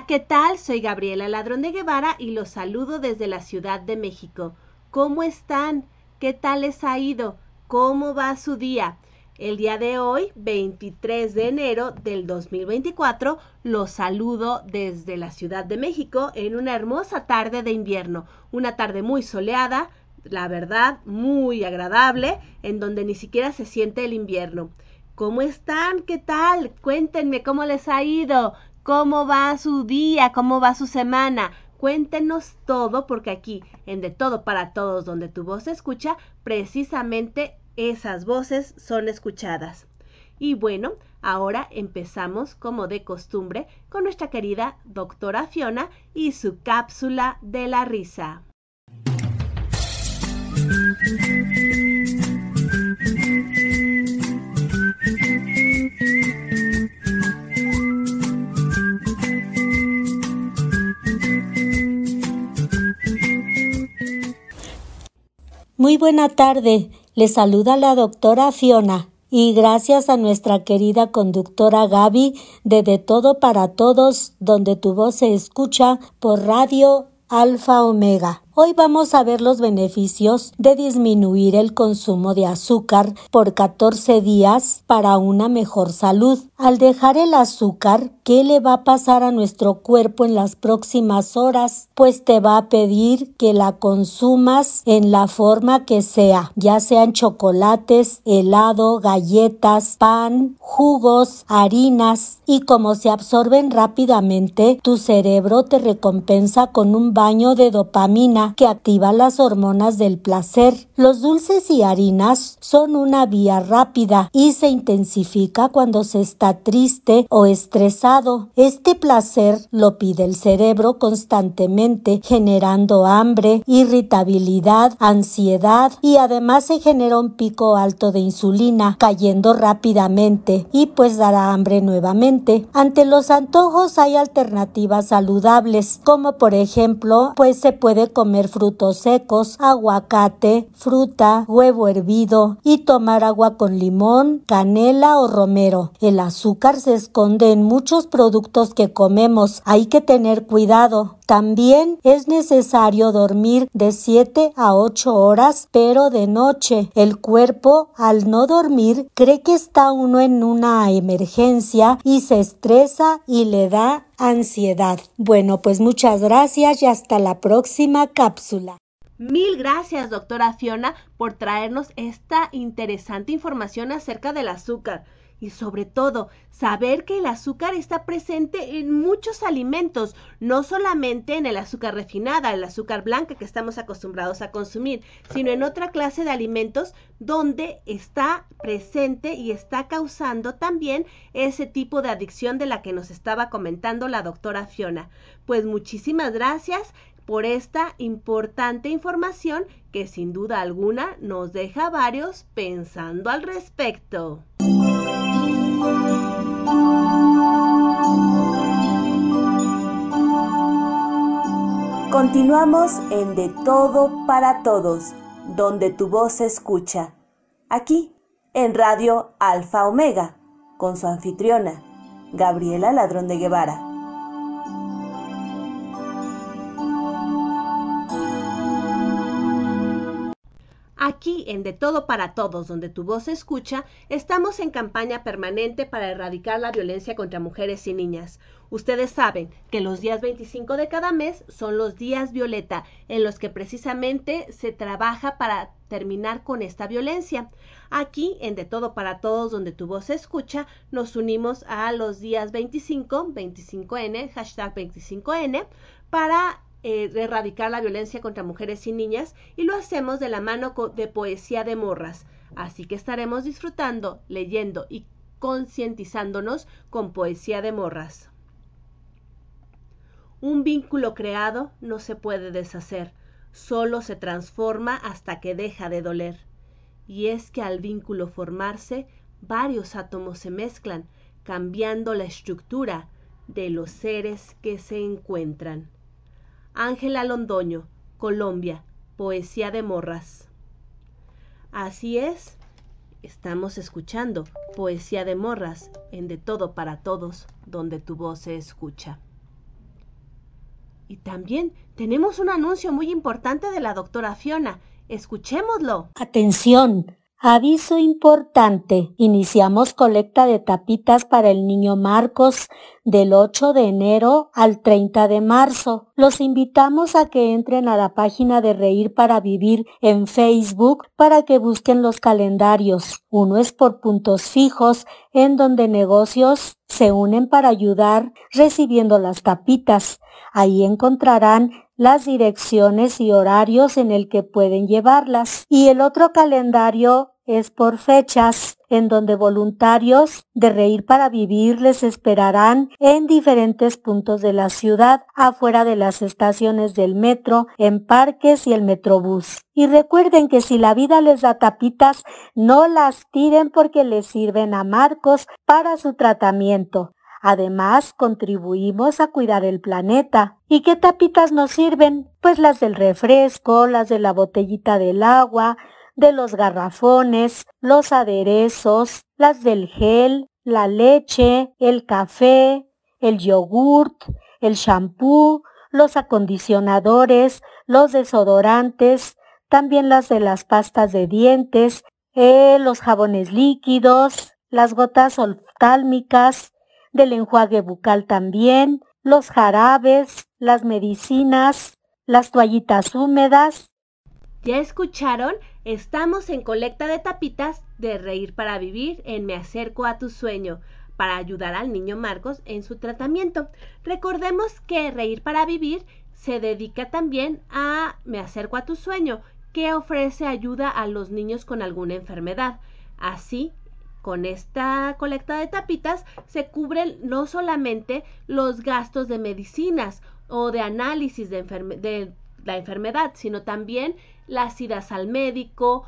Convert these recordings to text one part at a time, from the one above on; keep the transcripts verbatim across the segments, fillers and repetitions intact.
Hola, ¿qué tal? Soy Gabriela Ladrón de Guevara y los saludo desde la Ciudad de México. ¿Cómo están? ¿Qué tal les ha ido? ¿Cómo va su día? El día de hoy, veintitrés de enero del dos mil veinticuatro, los saludo desde la Ciudad de México en una hermosa tarde de invierno. Una tarde muy soleada, la verdad, muy agradable, en donde ni siquiera se siente el invierno. ¿Cómo están? ¿Qué tal? Cuéntenme cómo les ha ido. ¿Cómo va su día? ¿Cómo va su semana? Cuéntenos todo porque aquí, en De Todo para Todos, donde tu voz se escucha, precisamente esas voces son escuchadas. Y bueno, ahora empezamos como de costumbre con nuestra querida doctora Fiona y su cápsula de la risa. Muy buena tarde, les saluda la doctora Fiona y gracias a nuestra querida conductora Gaby de De Todo para Todos, donde tu voz se escucha por Radio Alfa Omega. Hoy vamos a ver los beneficios de disminuir el consumo de azúcar por catorce días para una mejor salud. Al dejar el azúcar, ¿qué le va a pasar a nuestro cuerpo en las próximas horas? Pues te va a pedir que la consumas en la forma que sea, ya sean chocolates, helado, galletas, pan, jugos, harinas, y como se absorben rápidamente, tu cerebro te recompensa con un baño de dopamina que activa las hormonas del placer. Los dulces y harinas son una vía rápida y se intensifica cuando se está triste o estresado. Este placer lo pide el cerebro constantemente, generando hambre, irritabilidad, ansiedad y además se genera un pico alto de insulina, cayendo rápidamente y pues dará hambre nuevamente. Ante los antojos hay alternativas saludables, como por ejemplo, pues se puede comer frutos secos, aguacate, fruta, huevo hervido y tomar agua con limón, canela o romero. El azúcar se esconde en muchos productos que comemos, hay que tener cuidado. También es necesario dormir de siete a ocho horas, pero de noche. El cuerpo, al no dormir, cree que está uno en una emergencia y se estresa y le da ansiedad. Bueno, pues muchas gracias y hasta la próxima cápsula. Mil gracias, doctora Fiona, por traernos esta interesante información acerca del azúcar. Y sobre todo, saber que el azúcar está presente en muchos alimentos, no solamente en el azúcar refinada, el azúcar blanca que estamos acostumbrados a consumir, sino en otra clase de alimentos donde está presente y está causando también ese tipo de adicción de la que nos estaba comentando la doctora Fiona. Pues muchísimas gracias por esta importante información que sin duda alguna nos deja a varios pensando al respecto. Continuamos en De Todo para Todos, donde tu voz se escucha. Aquí, en Radio Alfa Omega, con su anfitriona, Gabriela Ladrón de Guevara. Aquí en De Todo para Todos, donde tu voz se escucha, estamos en campaña permanente para erradicar la violencia contra mujeres y niñas. Ustedes saben que los días veinticinco de cada mes son los días violeta, en los que precisamente se trabaja para terminar con esta violencia. Aquí en De Todo para Todos, donde tu voz se escucha, nos unimos a los días veinticinco, veinticinco ene, hashtag veinticinco ene, para Eh, de erradicar la violencia contra mujeres y niñas, y lo hacemos de la mano de Poesía de Morras. Así que estaremos disfrutando, leyendo y concientizándonos con Poesía de Morras. Un vínculo creado no se puede deshacer, solo se transforma hasta que deja de doler. Y es que al vínculo formarse, varios átomos se mezclan, cambiando la estructura de los seres que se encuentran. Ángela Londoño, Colombia, Poesía de Morras. Así es, estamos escuchando Poesía de Morras en De Todo para Todos, donde tu voz se escucha. Y también tenemos un anuncio muy importante de la doctora Fiona. Escuchémoslo. Atención. Aviso importante. Iniciamos colecta de tapitas para el niño Marcos del ocho de enero al treinta de marzo. Los invitamos a que entren a la página de Reír para Vivir en Facebook para que busquen los calendarios. Uno es por puntos fijos, en donde negocios se unen para ayudar recibiendo las tapitas. Ahí encontrarán las direcciones y horarios en el que pueden llevarlas. Y el otro calendario es por fechas, en donde voluntarios de Reír para Vivir les esperarán en diferentes puntos de la ciudad, afuera de las estaciones del metro, en parques y el metrobús. Y recuerden que si la vida les da tapitas, no las tiren porque les sirven a Marcos para su tratamiento. Además, contribuimos a cuidar el planeta. ¿Y qué tapitas nos sirven? Pues las del refresco, las de la botellita del agua, de los garrafones, los aderezos, las del gel, la leche, el café, el yogurt, el shampoo, los acondicionadores, los desodorantes, también las de las pastas de dientes, eh, los jabones líquidos, las gotas oftálmicas, del enjuague bucal también, los jarabes, las medicinas, las toallitas húmedas. ¿Ya escucharon? Estamos en colecta de tapitas de Reír para Vivir en Me Acerco a Tu Sueño, para ayudar al niño Marcos en su tratamiento. Recordemos que Reír para Vivir se dedica también a Me Acerco a Tu Sueño, que ofrece ayuda a los niños con alguna enfermedad. Así, con esta colecta de tapitas se cubren no solamente los gastos de medicinas o de análisis de, enferme- de la enfermedad, sino también las idas al médico,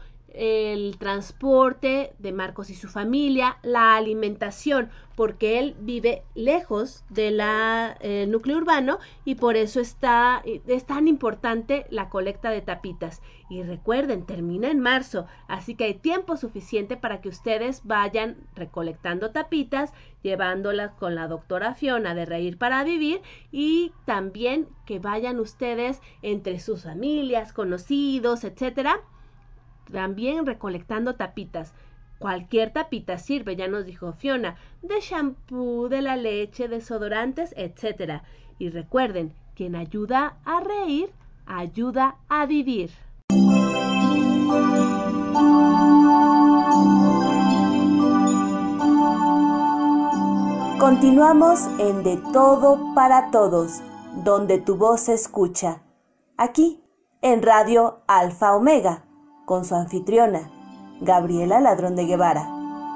el transporte de Marcos y su familia, la alimentación, porque él vive lejos del eh, núcleo urbano y por eso está, es tan importante la colecta de tapitas. Y recuerden, termina en marzo, así que hay tiempo suficiente para que ustedes vayan recolectando tapitas, llevándolas con la doctora Fiona de Reír para Vivir, y también que vayan ustedes entre sus familias, conocidos, etcétera, también recolectando tapitas. Cualquier tapita sirve, ya nos dijo Fiona, de shampoo, de la leche, desodorantes, etcétera. Y recuerden, quien ayuda a reír, ayuda a vivir. Continuamos en De Todo para Todos, donde tu voz se escucha. Aquí, en Radio Alfa Omega, con su anfitriona, Gabriela Ladrón de Guevara.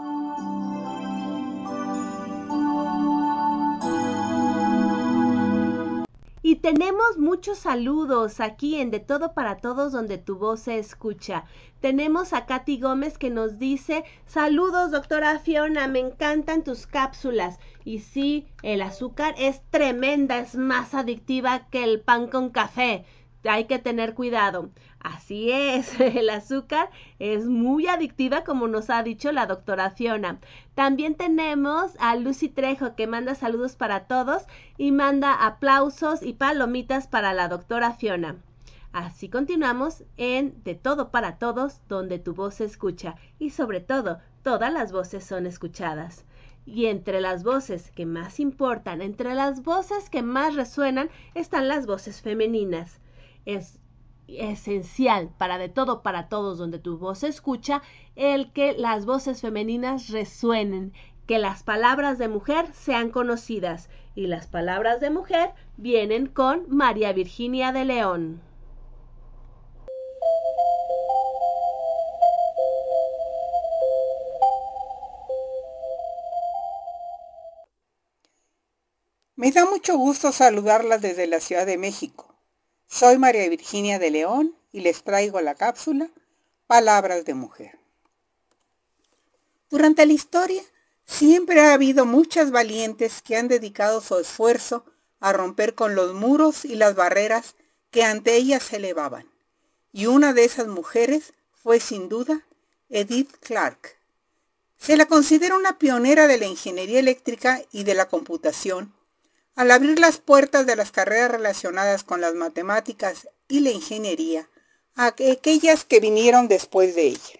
Y tenemos muchos saludos aquí en De Todo para Todos, donde tu voz se escucha. Tenemos a Katy Gómez que nos dice: saludos, doctora Fiona, me encantan tus cápsulas. Y sí, el azúcar es tremenda, es más adictiva que el pan con café. Hay que tener cuidado. Así es, el azúcar es muy adictiva, como nos ha dicho la doctora Fiona. También tenemos a Lucy Trejo, que manda saludos para todos y manda aplausos y palomitas para la doctora Fiona. Así continuamos en De Todo para Todos, donde tu voz se escucha y sobre todo, todas las voces son escuchadas. Y entre las voces que más importan, entre las voces que más resuenan, están las voces femeninas. Es esencial para De Todo para Todos, donde tu voz se escucha, el que las voces femeninas resuenen, que las palabras de mujer sean conocidas. Y las palabras de mujer vienen con María Virginia de León. Me da mucho gusto saludarlas desde la Ciudad de México. Soy María Virginia de León y les traigo la cápsula Palabras de Mujer. Durante la historia, siempre ha habido muchas valientes que han dedicado su esfuerzo a romper con los muros y las barreras que ante ellas se elevaban. Y una de esas mujeres fue, sin duda, Edith Clarke. Se la considera una pionera de la ingeniería eléctrica y de la computación, Al abrir las puertas de las carreras relacionadas con las matemáticas y la ingeniería a aquellas que vinieron después de ella.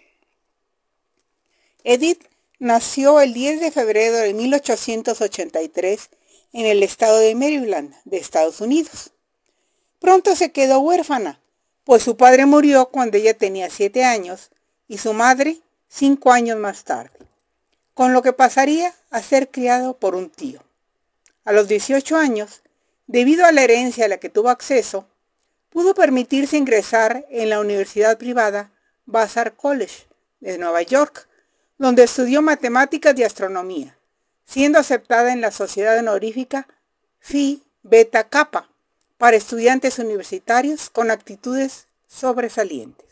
Edith nació el diez de febrero de mil ochocientos ochenta y tres en el estado de Maryland, de Estados Unidos. Pronto se quedó huérfana, pues su padre murió cuando ella tenía siete años y su madre cinco años más tarde, con lo que pasaría a ser criado por un tío. A los dieciocho años, debido a la herencia a la que tuvo acceso, pudo permitirse ingresar en la universidad privada Vassar College de Nueva York, donde estudió matemáticas y astronomía, siendo aceptada en la sociedad honorífica Phi Beta Kappa para estudiantes universitarios con actitudes sobresalientes.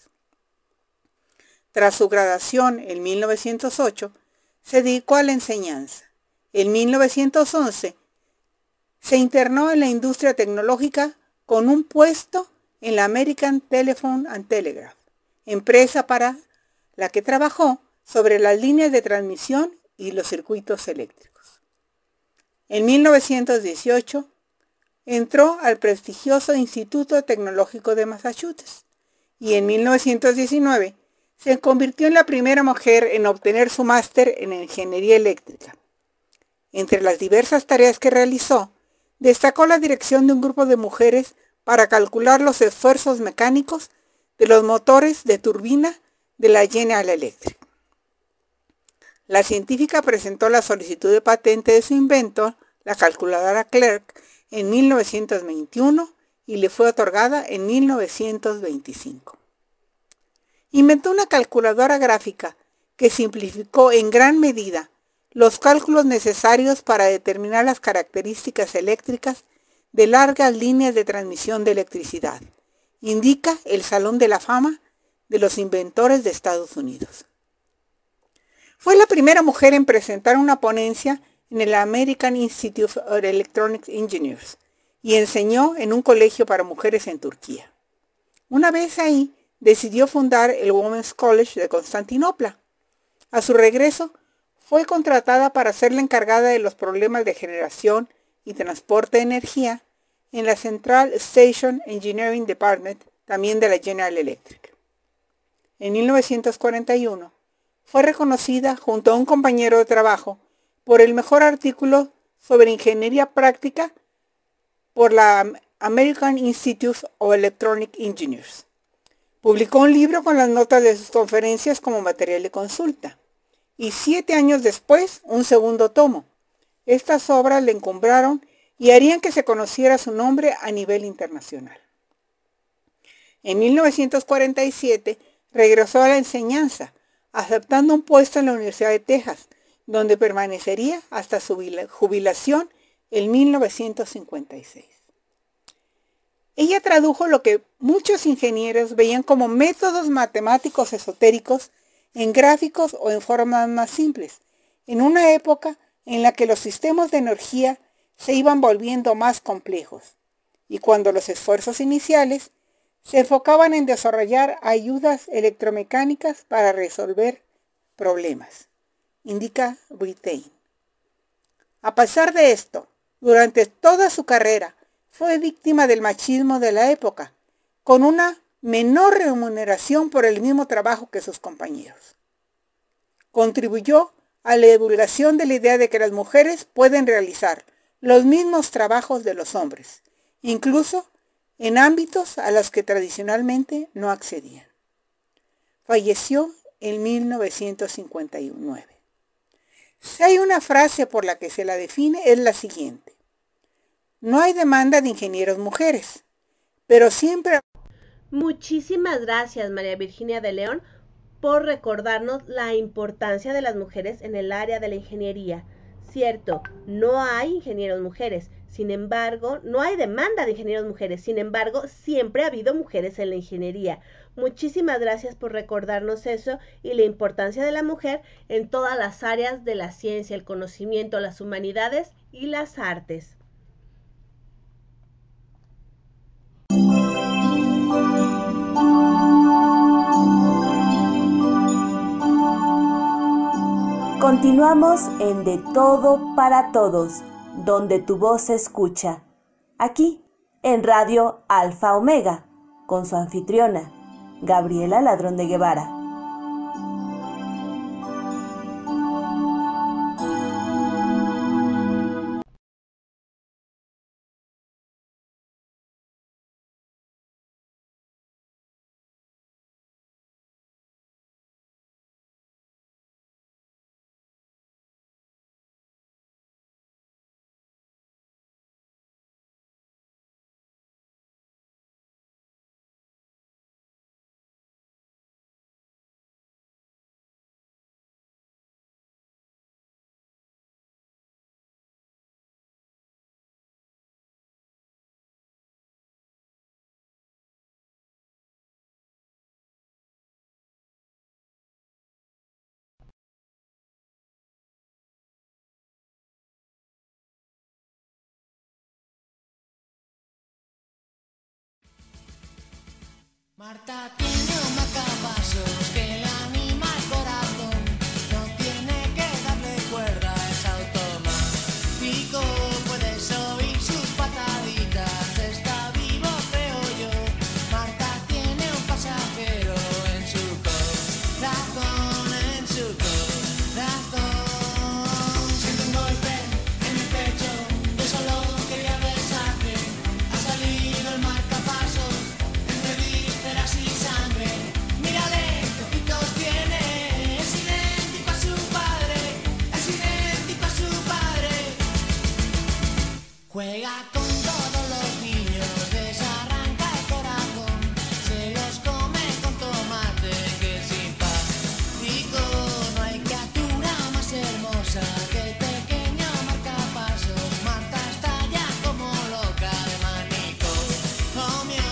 Tras su graduación en mil novecientos ocho, se dedicó a la enseñanza. En mil novecientos once, se internó en la industria tecnológica con un puesto en la American Telephone and Telegraph, empresa para la que trabajó sobre las líneas de transmisión y los circuitos eléctricos. En mil novecientos dieciocho, entró al prestigioso Instituto Tecnológico de Massachusetts y en mil novecientos diecinueve se convirtió en la primera mujer en obtener su máster en ingeniería eléctrica. Entre las diversas tareas que realizó, destacó la dirección de un grupo de mujeres para calcular los esfuerzos mecánicos de los motores de turbina de la General Electric. La científica presentó la solicitud de patente de su invento, la calculadora Clerk, en mil novecientos veintiuno y le fue otorgada en mil novecientos veinticinco. Inventó una calculadora gráfica que simplificó en gran medida los cálculos necesarios para determinar las características eléctricas de largas líneas de transmisión de electricidad, indica el Salón de la Fama de los Inventores de Estados Unidos. Fue la primera mujer en presentar una ponencia en el American Institute of Electronic Engineers y enseñó en un colegio para mujeres en Turquía. Una vez ahí, decidió fundar el Women's College de Constantinopla. A su regreso, fue contratada para ser la encargada de los problemas de generación y transporte de energía en la Central Station Engineering Department, también de la General Electric. En mil novecientos cuarenta y uno, fue reconocida junto a un compañero de trabajo por el mejor artículo sobre ingeniería práctica por la American Institute of Electronic Engineers. Publicó un libro con las notas de sus conferencias como material de consulta. Y siete años después, un segundo tomo. Estas obras le encumbraron y harían que se conociera su nombre a nivel internacional. En mil novecientos cuarenta y siete, regresó a la enseñanza, aceptando un puesto en la Universidad de Texas, donde permanecería hasta su jubilación en mil novecientos cincuenta y seis. Ella tradujo lo que muchos ingenieros veían como métodos matemáticos esotéricos en gráficos o en formas más simples, en una época en la que los sistemas de energía se iban volviendo más complejos, y cuando los esfuerzos iniciales se enfocaban en desarrollar ayudas electromecánicas para resolver problemas, indica Brittain. A pesar de esto, durante toda su carrera, fue víctima del machismo de la época, con una menor remuneración por el mismo trabajo que sus compañeros. Contribuyó a la divulgación de la idea de que las mujeres pueden realizar los mismos trabajos de los hombres, incluso en ámbitos a los que tradicionalmente no accedían. Falleció en mil novecientos cincuenta y nueve. Si hay una frase por la que se la define, es la siguiente: no hay demanda de ingenieros mujeres, pero siempre... Muchísimas gracias, María Virginia de León, por recordarnos la importancia de las mujeres en el área de la ingeniería. Cierto, no hay ingenieros mujeres, sin embargo, no hay demanda de ingenieros mujeres, sin embargo, siempre ha habido mujeres en la ingeniería. Muchísimas gracias por recordarnos eso y la importancia de la mujer en todas las áreas de la ciencia, el conocimiento, las humanidades y las artes. Continuamos en De Todo para Todos, donde tu voz se escucha. Aquí, en Radio Alfa Omega, con su anfitriona, Gabriela Ladrón de Guevara. Marta tiene un marcapasos que le anima el corazón, no tiene que darle cuerda, es automático, puedes oír sus pataditas, está vivo creo yo. Marta tiene un pasajero en su corazón, en su corazón. Siento un golpe en el pecho, yo solo quería besarte, ha salido el marcapasos. Y sangre, mírale, qué ojitos tiene, es idéntico a su padre, es idéntico a su padre. Juega con todos los niños, les arranca el corazón, se los come con tomate, que simpático. No hay criatura más hermosa que el pequeño marcapasos. Marta está ya como loca de manico, oh mío.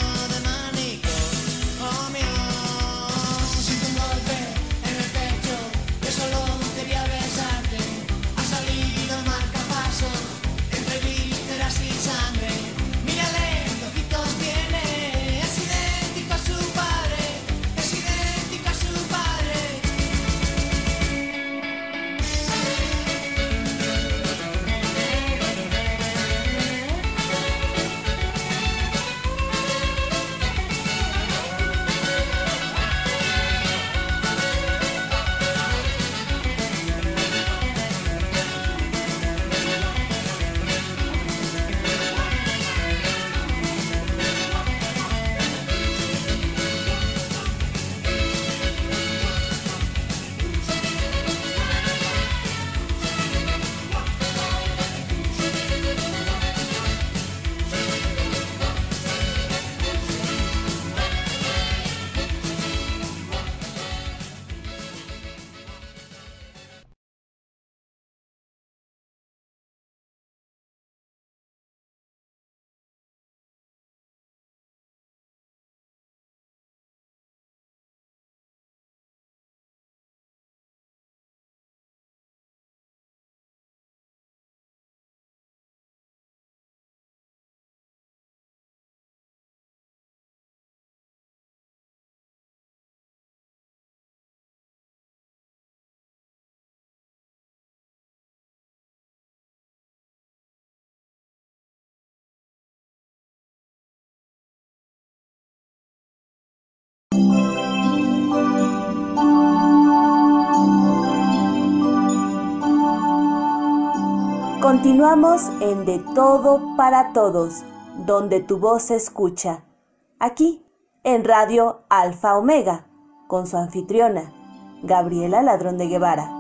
Continuamos en De Todo para Todos, donde tu voz se escucha. Aquí, en Radio Alfa Omega, con su anfitriona, Gabriela Ladrón de Guevara.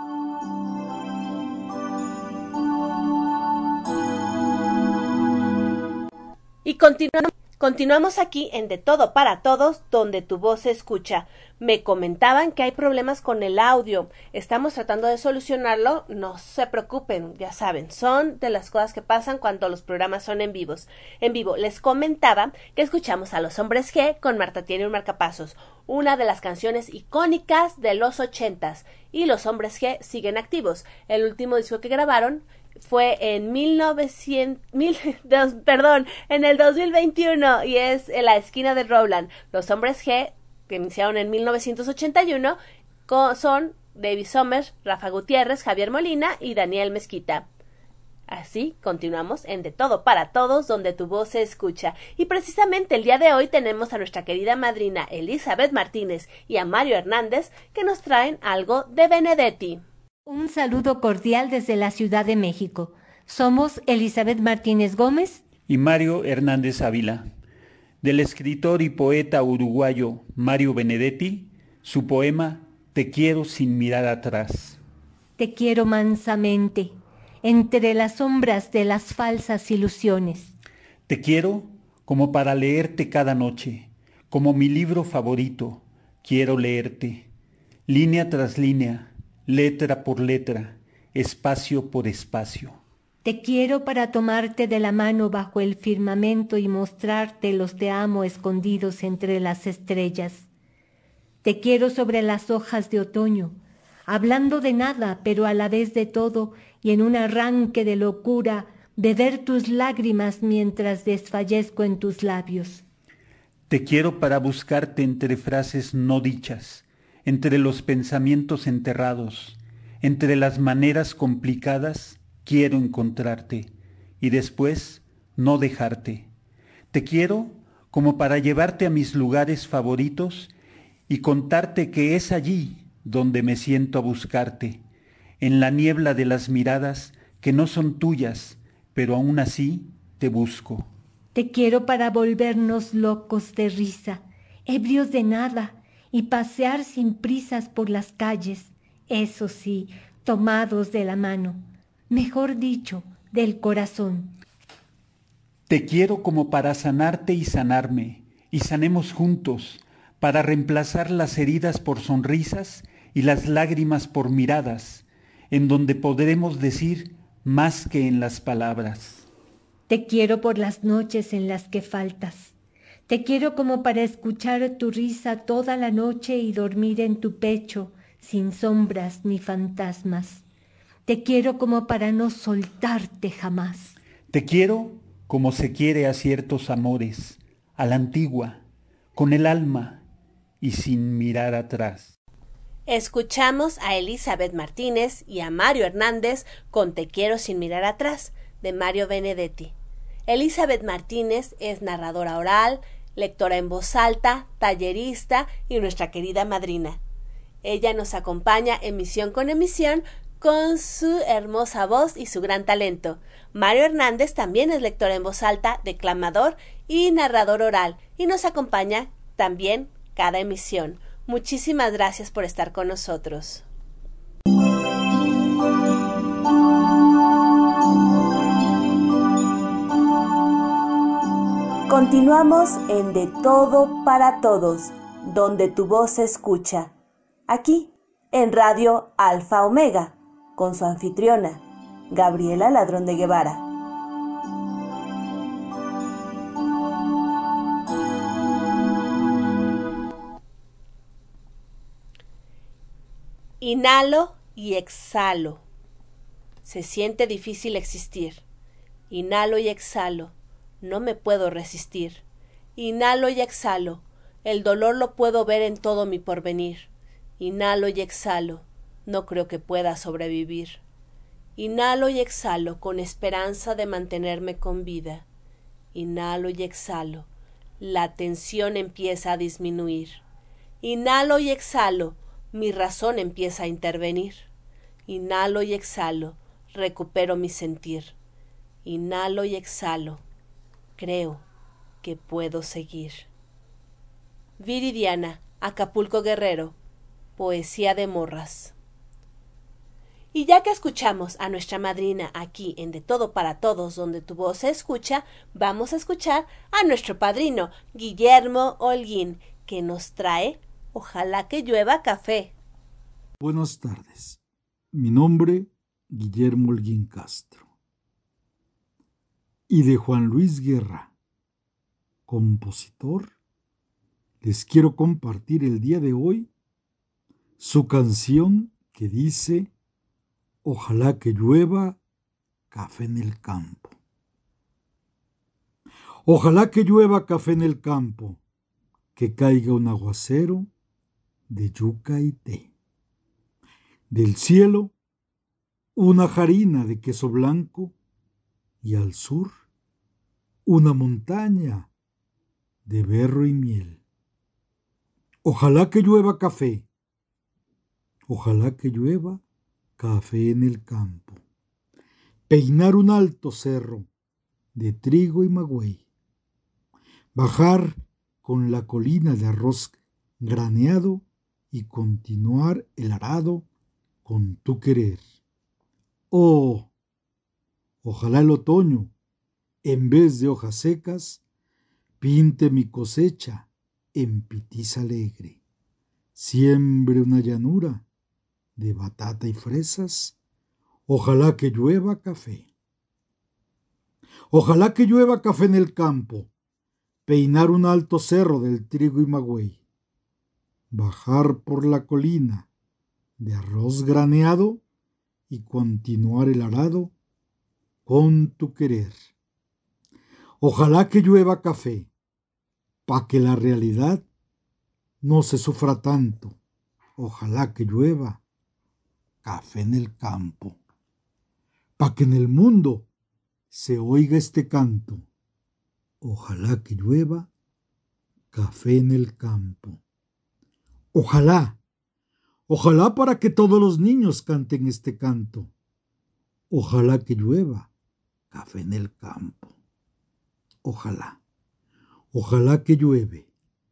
Y continuamos. Continuamos aquí en De Todo para Todos, donde tu voz se escucha. Me comentaban que hay problemas con el audio. Estamos tratando de solucionarlo. No se preocupen, ya saben, son de las cosas que pasan cuando los programas son en vivos. En vivo, les comentaba que escuchamos a Los Hombres G con Marta tiene un marcapasos, una de las canciones icónicas de los ochentas. Y Los Hombres G siguen activos. El último disco que grabaron fue en mil novecientos, mil, dos, perdón, en el dos mil veintiuno y es en la esquina de Rowland. Los Hombres G, que iniciaron en mil novecientos ochenta y uno, son David Somers, Rafa Gutiérrez, Javier Molina y Daniel Mezquita. Así continuamos en De Todo para Todos, donde tu voz se escucha. Y precisamente el día de hoy tenemos a nuestra querida madrina Elizabeth Martínez y a Mario Hernández que nos traen algo de Benedetti. Un saludo cordial desde la Ciudad de México. Somos Elizabeth Martínez Gómez y Mario Hernández Ávila. Del escritor y poeta uruguayo Mario Benedetti, su poema Te quiero sin mirar atrás. Te quiero mansamente, entre las sombras de las falsas ilusiones. Te quiero como para leerte cada noche, como mi libro favorito. Quiero leerte, línea tras línea, letra por letra, espacio por espacio. Te quiero para tomarte de la mano bajo el firmamento y mostrarte los te amo escondidos entre las estrellas. Te quiero sobre las hojas de otoño, hablando de nada, pero a la vez de todo, y en un arranque de locura, beber tus lágrimas mientras desfallezco en tus labios. Te quiero para buscarte entre frases no dichas, entre los pensamientos enterrados, entre las maneras complicadas, quiero encontrarte, y después no dejarte. Te quiero como para llevarte a mis lugares favoritos y contarte que es allí donde me siento a buscarte, en la niebla de las miradas que no son tuyas, pero aún así te busco. Te quiero para volvernos locos de risa, ebrios de nada, y pasear sin prisas por las calles, eso sí, tomados de la mano, mejor dicho, del corazón. Te quiero como para sanarte y sanarme, y sanemos juntos, para reemplazar las heridas por sonrisas y las lágrimas por miradas, en donde podremos decir más que en las palabras. Te quiero por las noches en las que faltas. Te quiero como para escuchar tu risa toda la noche y dormir en tu pecho sin sombras ni fantasmas. Te quiero como para no soltarte jamás. Te quiero como se quiere a ciertos amores, a la antigua, con el alma y sin mirar atrás. Escuchamos a Elizabeth Martínez y a Mario Hernández con Te quiero sin mirar atrás, de Mario Benedetti. Elizabeth Martínez es narradora oral, lectora en voz alta, tallerista y nuestra querida madrina. Ella nos acompaña emisión con emisión con su hermosa voz y su gran talento. Mario Hernández también es lector en voz alta, declamador y narrador oral y nos acompaña también cada emisión. Muchísimas gracias por estar con nosotros. Continuamos en De Todo para Todos, donde tu voz se escucha. Aquí, en Radio Alfa Omega, con su anfitriona, Gabriela Ladrón de Guevara. Inhalo y exhalo. Se siente difícil existir. Inhalo y exhalo. No me puedo resistir. Inhalo y exhalo. El dolor lo puedo ver en todo mi porvenir. Inhalo y exhalo. No creo que pueda sobrevivir. Inhalo y exhalo con esperanza de mantenerme con vida. Inhalo y exhalo. La tensión empieza a disminuir. Inhalo y exhalo. Mi razón empieza a intervenir. Inhalo y exhalo. Recupero mi sentir. Inhalo y exhalo. Creo que puedo seguir. Viridiana, Acapulco Guerrero. Poesía de morras. Y ya que escuchamos a nuestra madrina aquí en De Todo para Todos, donde tu voz se escucha, vamos a escuchar a nuestro padrino, Guillermo Holguín, que nos trae Ojalá que llueva café. Buenas tardes. Mi nombre, Guillermo Holguín Castro. Y de Juan Luis Guerra, compositor, les quiero compartir el día de hoy su canción que dice Ojalá que llueva café en el campo. Ojalá que llueva café en el campo, que caiga un aguacero de yuca y té. Del cielo, una jarina de queso blanco y al sur una montaña de berro y miel. Ojalá que llueva café, ojalá que llueva café en el campo. Peinar un alto cerro de trigo y magüey. Bajar con la colina de arroz graneado y continuar el arado con tu querer. Oh, ojalá el otoño, en vez de hojas secas, pinte mi cosecha en pitiza alegre. Siembre una llanura de batata y fresas. Ojalá que llueva café. Ojalá que llueva café en el campo. Peinar un alto cerro del trigo y magüey. Bajar por la colina de arroz graneado y continuar el arado con tu querer. Ojalá que llueva café, pa' que la realidad no se sufra tanto. Ojalá que llueva café en el campo, pa' que en el mundo se oiga este canto. Ojalá que llueva café en el campo. Ojalá, ojalá para que todos los niños canten este canto. Ojalá que llueva café en el campo. Ojalá, ojalá que llueve.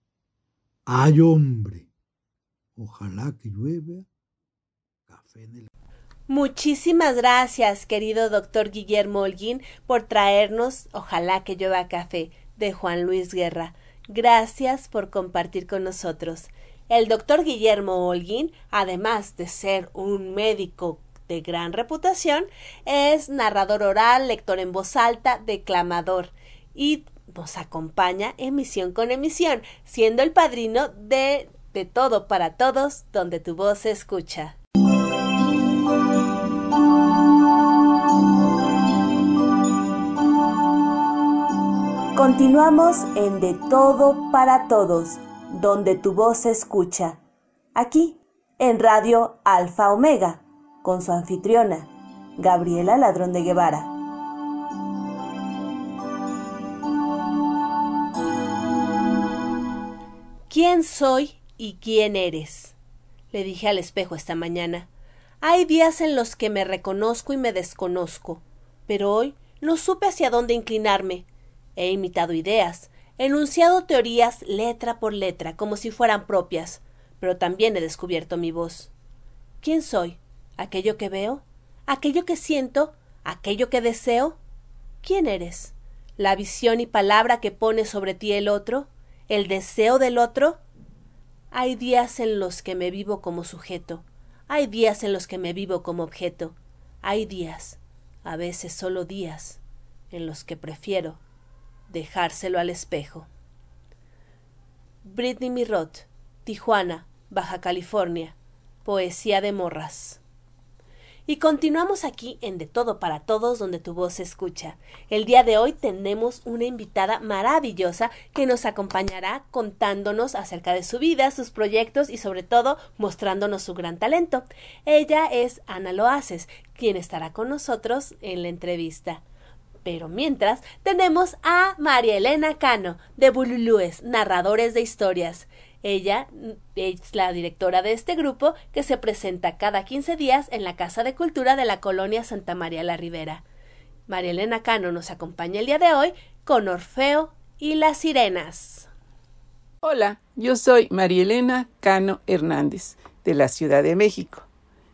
Ay, hombre, ojalá que llueva café en el campo. Muchísimas gracias, querido doctor Guillermo Holguín, por traernos Ojalá que llueva café, de Juan Luis Guerra. Gracias por compartir con nosotros. El doctor Guillermo Holguín, además de ser un médico de gran reputación, es narrador oral, lector en voz alta, declamador y nos acompaña emisión con emisión, siendo el padrino de De Todo para Todos, donde tu voz se escucha. Continuamos en De Todo para Todos, donde tu voz se escucha, aquí en Radio Alfa Omega, con su anfitriona, Gabriela Ladrón de Guevara. ¿Quién soy y quién eres?, le dije al espejo esta mañana. Hay días en los que me reconozco y me desconozco, pero hoy no supe hacia dónde inclinarme. He imitado ideas, enunciado teorías letra por letra, como si fueran propias, pero también he descubierto mi voz. ¿Quién soy? ¿Aquello que veo? ¿Aquello que siento? ¿Aquello que deseo? ¿Quién eres? ¿La visión y palabra que pone sobre ti el otro? ¿El deseo del otro? Hay días en los que me vivo como sujeto, hay días en los que me vivo como objeto, hay días, a veces solo días, en los que prefiero dejárselo al espejo. Britney Mirot, Tijuana, Baja California, poesía de morras. Y continuamos aquí en De Todo para Todos, donde tu voz se escucha. El día de hoy tenemos una invitada maravillosa que nos acompañará contándonos acerca de su vida, sus proyectos y sobre todo mostrándonos su gran talento. Ella es Ana Loaces, quien estará con nosotros en la entrevista. Pero mientras, tenemos a María Elena Cano, de Bululúes, narradores de historias. Ella es la directora de este grupo que se presenta cada quince días en la Casa de Cultura de la colonia Santa María la Ribera. María Elena Cano nos acompaña el día de hoy con Orfeo y las Sirenas. Hola, yo soy María Elena Cano Hernández, de la Ciudad de México.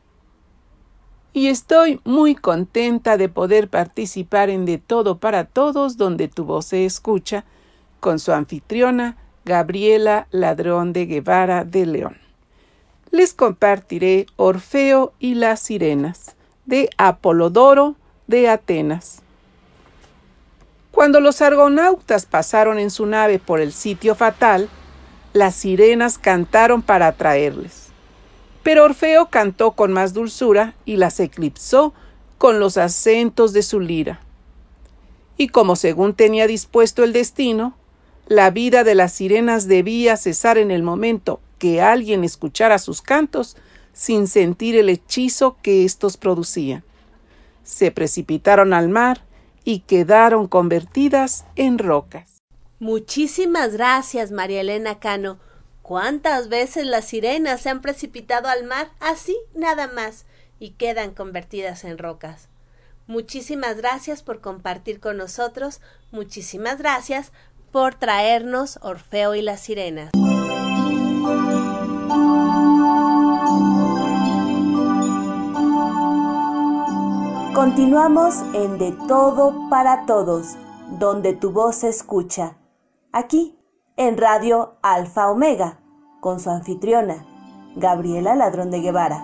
Y estoy muy contenta de poder participar en De Todo para Todos, donde tu voz se escucha, con su anfitriona, Gabriela Ladrón de Guevara de León. Les compartiré Orfeo y las Sirenas, de Apolodoro de Atenas. Cuando los argonautas pasaron en su nave por el sitio fatal, las sirenas cantaron para atraerles. Pero Orfeo cantó con más dulzura y las eclipsó con los acentos de su lira. Y como según tenía dispuesto el destino, la vida de las sirenas debía cesar en el momento que alguien escuchara sus cantos sin sentir el hechizo que éstos producían. Se precipitaron al mar y quedaron convertidas en rocas. Muchísimas gracias, María Elena Cano. ¿Cuántas veces las sirenas se han precipitado al mar así nada más y quedan convertidas en rocas? Muchísimas gracias por compartir con nosotros. Muchísimas gracias por traernos Orfeo y las sirenas. Continuamos en De Todo para Todos, donde tu voz se escucha. Aquí, en Radio Alfa Omega, con su anfitriona, Gabriela Ladrón de Guevara.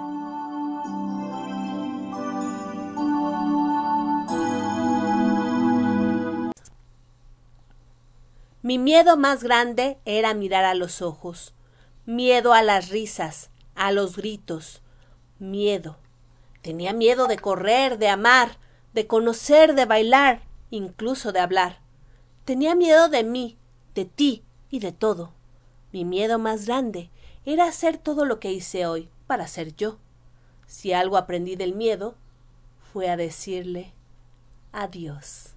Mi miedo más grande era mirar a los ojos, miedo a las risas, a los gritos, miedo. Tenía miedo de correr, de amar, de conocer, de bailar, incluso de hablar. Tenía miedo de mí, de ti y de todo. Mi miedo más grande era hacer todo lo que hice hoy para ser yo. Si algo aprendí del miedo, fue a decirle adiós.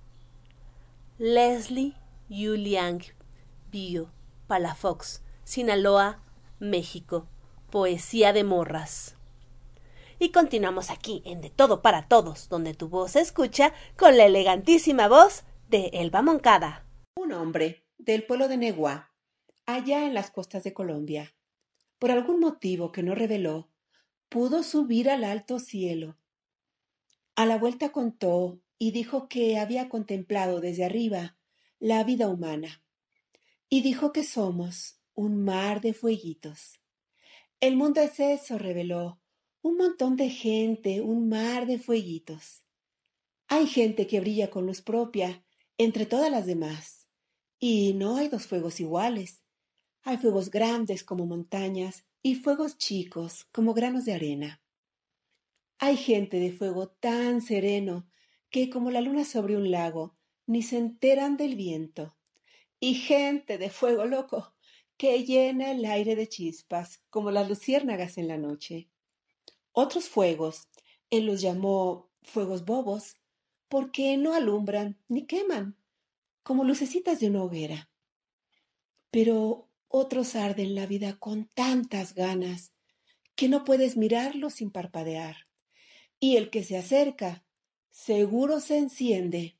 Leslie Yuliang Bio, Palafox, Sinaloa, México. Poesía de morras. Y continuamos aquí en De Todo para Todos, donde tu voz se escucha con la elegantísima voz de Elba Moncada. Un hombre del pueblo de Neguá, allá en las costas de Colombia, por algún motivo que no reveló, pudo subir al alto cielo. A la vuelta contó y dijo que había contemplado desde arriba la vida humana, y dijo que somos un mar de fueguitos. El mundo es eso, reveló, un montón de gente, un mar de fueguitos. Hay gente que brilla con luz propia entre todas las demás, y no hay dos fuegos iguales. Hay fuegos grandes como montañas y fuegos chicos como granos de arena. Hay gente de fuego tan sereno que, como la luna sobre un lago, ni se enteran del viento, y gente de fuego loco que llena el aire de chispas como las luciérnagas en la noche. Otros fuegos, él los llamó fuegos bobos, porque no alumbran ni queman, como lucecitas de una hoguera. Pero otros arden la vida con tantas ganas que no puedes mirarlos sin parpadear, y el que se acerca seguro se enciende.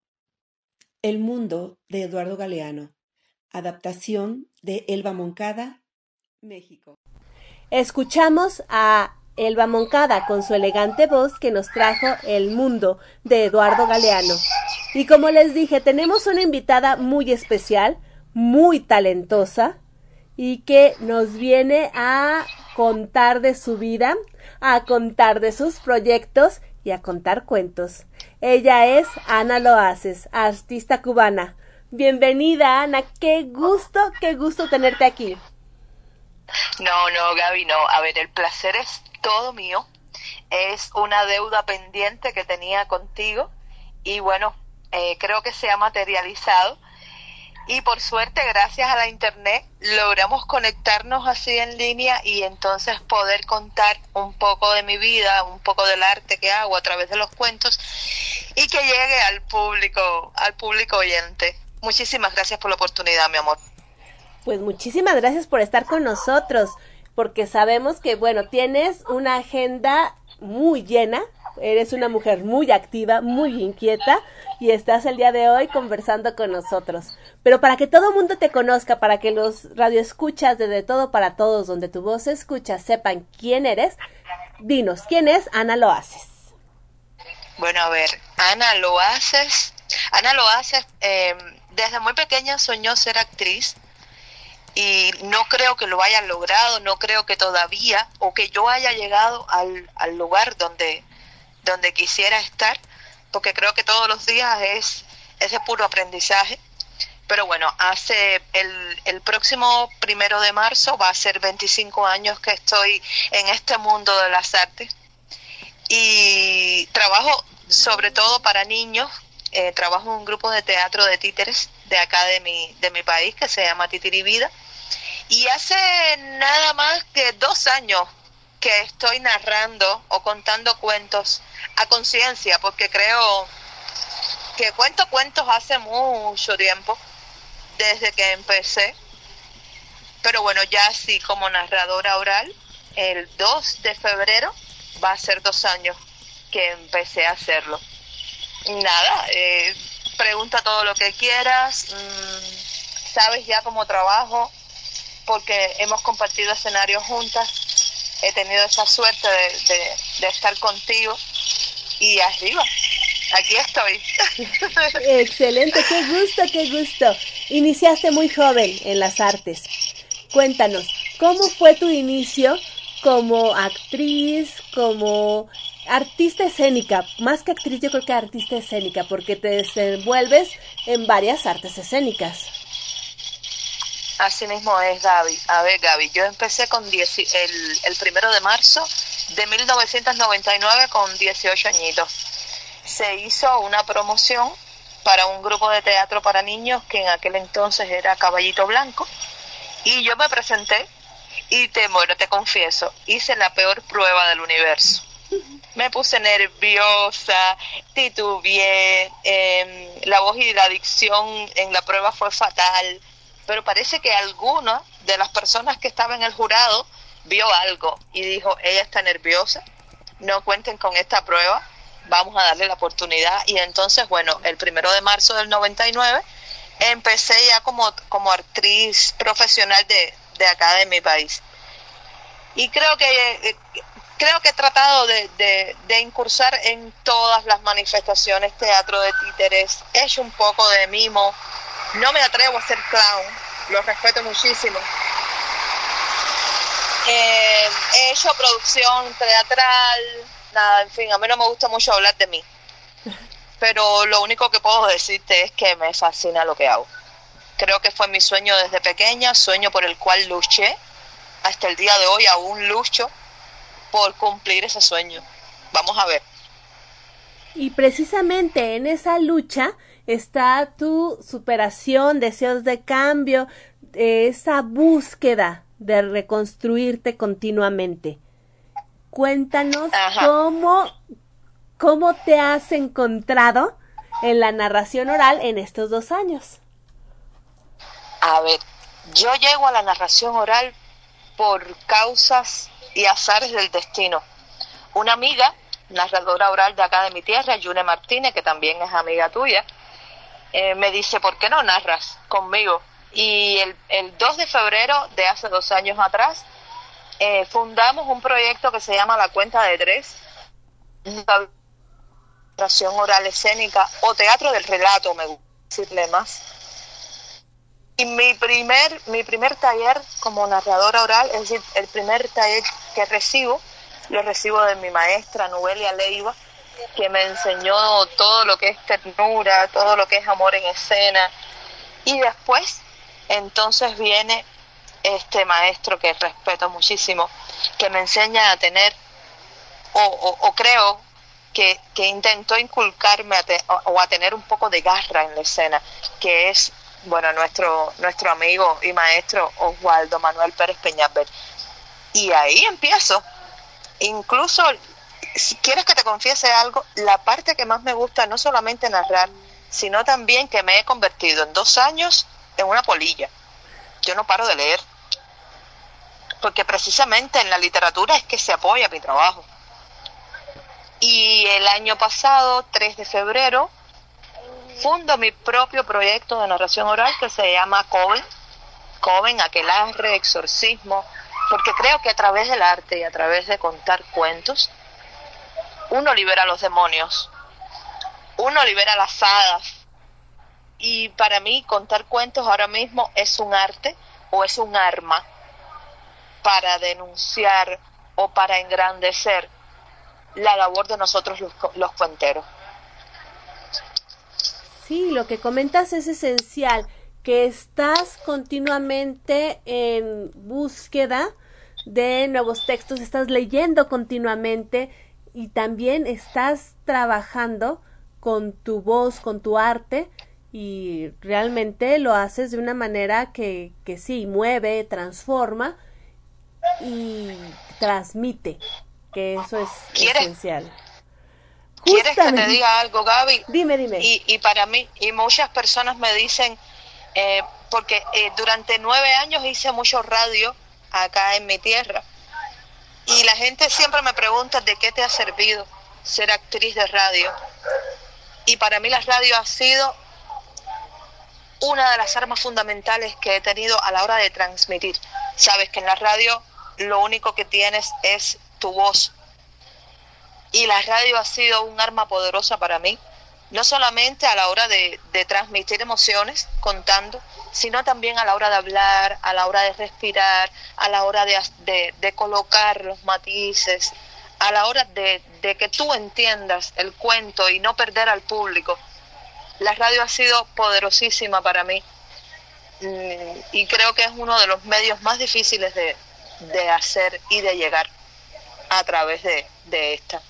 El mundo, de Eduardo Galeano, adaptación de Elba Moncada, México. Escuchamos a Elba Moncada con su elegante voz que nos trajo El mundo de Eduardo Galeano. Y como les dije, tenemos una invitada muy especial, muy talentosa y que nos viene a contar de su vida, a contar de sus proyectos y a contar cuentos. Ella es Ana Loaces, artista cubana. Bienvenida, Ana, qué gusto, qué gusto tenerte aquí. No, no, Gaby, no. A ver, el placer es todo mío. Es una deuda pendiente que tenía contigo y bueno, eh, creo que se ha materializado. Y por suerte, gracias a la internet, logramos conectarnos así en línea y entonces poder contar un poco de mi vida, un poco del arte que hago a través de los cuentos y que llegue al público, al público oyente. Muchísimas gracias por la oportunidad, mi amor. Pues muchísimas gracias por estar con nosotros, porque sabemos que, bueno, tienes una agenda muy llena, eres una mujer muy activa, muy inquieta, y estás el día de hoy conversando con nosotros. Pero para que todo el mundo te conozca, para que los radioescuchas de De Todo para Todos, donde tu voz se escucha, sepan quién eres, dinos, ¿quién es Ana Loaces? Bueno, a ver, Ana Loaces, Ana Loaces, eh, desde muy pequeña soñó ser actriz, y no creo que lo haya logrado, no creo que todavía, o que yo haya llegado al, al lugar donde, donde quisiera estar, porque creo que todos los días es, es de puro aprendizaje. Pero bueno, hace el, el próximo primero de marzo va a ser veinticinco años que estoy en este mundo de las artes, y trabajo sobre todo para niños. Eh, trabajo en un grupo de teatro de títeres de acá de mi, de mi país que se llama Titiribida. Y hace nada más que dos años que estoy narrando o contando cuentos a conciencia, porque creo que cuento cuentos hace mucho tiempo, desde que empecé, pero bueno, ya así como narradora oral, el dos de febrero va a ser dos años que empecé a hacerlo. Nada, eh, pregunta todo lo que quieras, mmm, sabes ya cómo trabajo, porque hemos compartido escenarios juntas, he tenido esa suerte de, de, de estar contigo, y arriba, aquí estoy. Excelente, qué gusto, qué gusto. Iniciaste muy joven en las artes. Cuéntanos, ¿cómo fue tu inicio como actriz, como artista escénica? Más que actriz, yo creo que artista escénica, porque te desenvuelves en varias artes escénicas. Así mismo es, Gaby. A ver, Gaby, yo empecé con diez, el, el primero de marzo de mil novecientos noventa y nueve con dieciocho añitos. Se hizo una promoción para un grupo de teatro para niños que en aquel entonces era Caballito Blanco, y yo me presenté y te, bueno, te confieso, hice la peor prueba del universo. Me puse nerviosa, titubeé, eh, la voz y la dicción en la prueba fue fatal, pero parece que alguna de las personas que estaba en el jurado vio algo y dijo, ella está nerviosa, no cuenten con esta prueba, vamos a darle la oportunidad. Y entonces, bueno, el primero de marzo del noventa y nueve empecé ya como, como actriz profesional de, de acá de mi país. Y creo que eh, creo que he tratado de, de, de incursar en todas las manifestaciones, teatro de títeres, he hecho un poco de mimo, no me atrevo a ser clown, lo respeto muchísimo. Eh, he hecho producción teatral, nada, en fin, a mí no me gusta mucho hablar de mí, pero lo único que puedo decirte es que me fascina lo que hago. Creo que fue mi sueño desde pequeña, sueño por el cual luché, hasta el día de hoy aún lucho por cumplir ese sueño. Vamos a ver. Y precisamente en esa lucha está tu superación, deseos de cambio, esa búsqueda de reconstruirte continuamente. Cuéntanos cómo, cómo te has encontrado en la narración oral en estos dos años. A ver, yo llego a la narración oral por causas y azares del destino. Una amiga, narradora oral de acá de mi tierra, Yune Martínez, que también es amiga tuya, eh, me dice, ¿por qué no narras conmigo? Y el, el dos de febrero de hace dos años atrás, eh, fundamos un proyecto que se llama La Cuenta de Tres, narración oral escénica o teatro del relato, me gusta decirle más. Y mi primer, mi primer taller como narradora oral, es decir, el primer taller que recibo, lo recibo de mi maestra Nubelia Leiva, que me enseñó todo lo que es ternura, todo lo que es amor en escena. Y después, entonces viene este maestro que respeto muchísimo, que me enseña a tener, o, o, o creo que, que intentó inculcarme a te, o, o a tener un poco de garra en la escena, que es, bueno, nuestro nuestro amigo y maestro Oswaldo Manuel Pérez Peñalver. Y ahí empiezo. Incluso, si quieres que te confiese algo, la parte que más me gusta no solamente narrar, sino también que me he convertido en dos años en una polilla. Yo no paro de leer, porque precisamente en la literatura es que se apoya mi trabajo. Y el año pasado, tres de febrero, fundo mi propio proyecto de narración oral que se llama Coven, Coven, Aquelarre, Exorcismo, porque creo que a través del arte y a través de contar cuentos, uno libera a los demonios, uno libera a las hadas, y para mí contar cuentos ahora mismo es un arte o es un arma para denunciar o para engrandecer la labor de nosotros los, los cuenteros. Sí, lo que comentas es esencial, que estás continuamente en búsqueda de nuevos textos, estás leyendo continuamente y también estás trabajando con tu voz, con tu arte, y realmente lo haces de una manera que, que sí, mueve, transforma y transmite, que eso es ¿Quieres? esencial. ¿Quieres que te diga algo, Gaby? Dime, dime. Y, y para mí, y muchas personas me dicen, eh, porque eh, durante nueve años hice mucho radio acá en mi tierra, y la gente siempre me pregunta de qué te ha servido ser actriz de radio. Y para mí la radio ha sido una de las armas fundamentales que he tenido a la hora de transmitir. Sabes que en la radio lo único que tienes es tu voz. Y la radio ha sido un arma poderosa para mí, no solamente a la hora de, de transmitir emociones contando, sino también a la hora de hablar, a la hora de respirar, a la hora de, de, de colocar los matices, a la hora de, de que tú entiendas el cuento y no perder al público. La radio ha sido poderosísima para mí y creo que es uno de los medios más difíciles de, de hacer y de llegar a través de, de esta.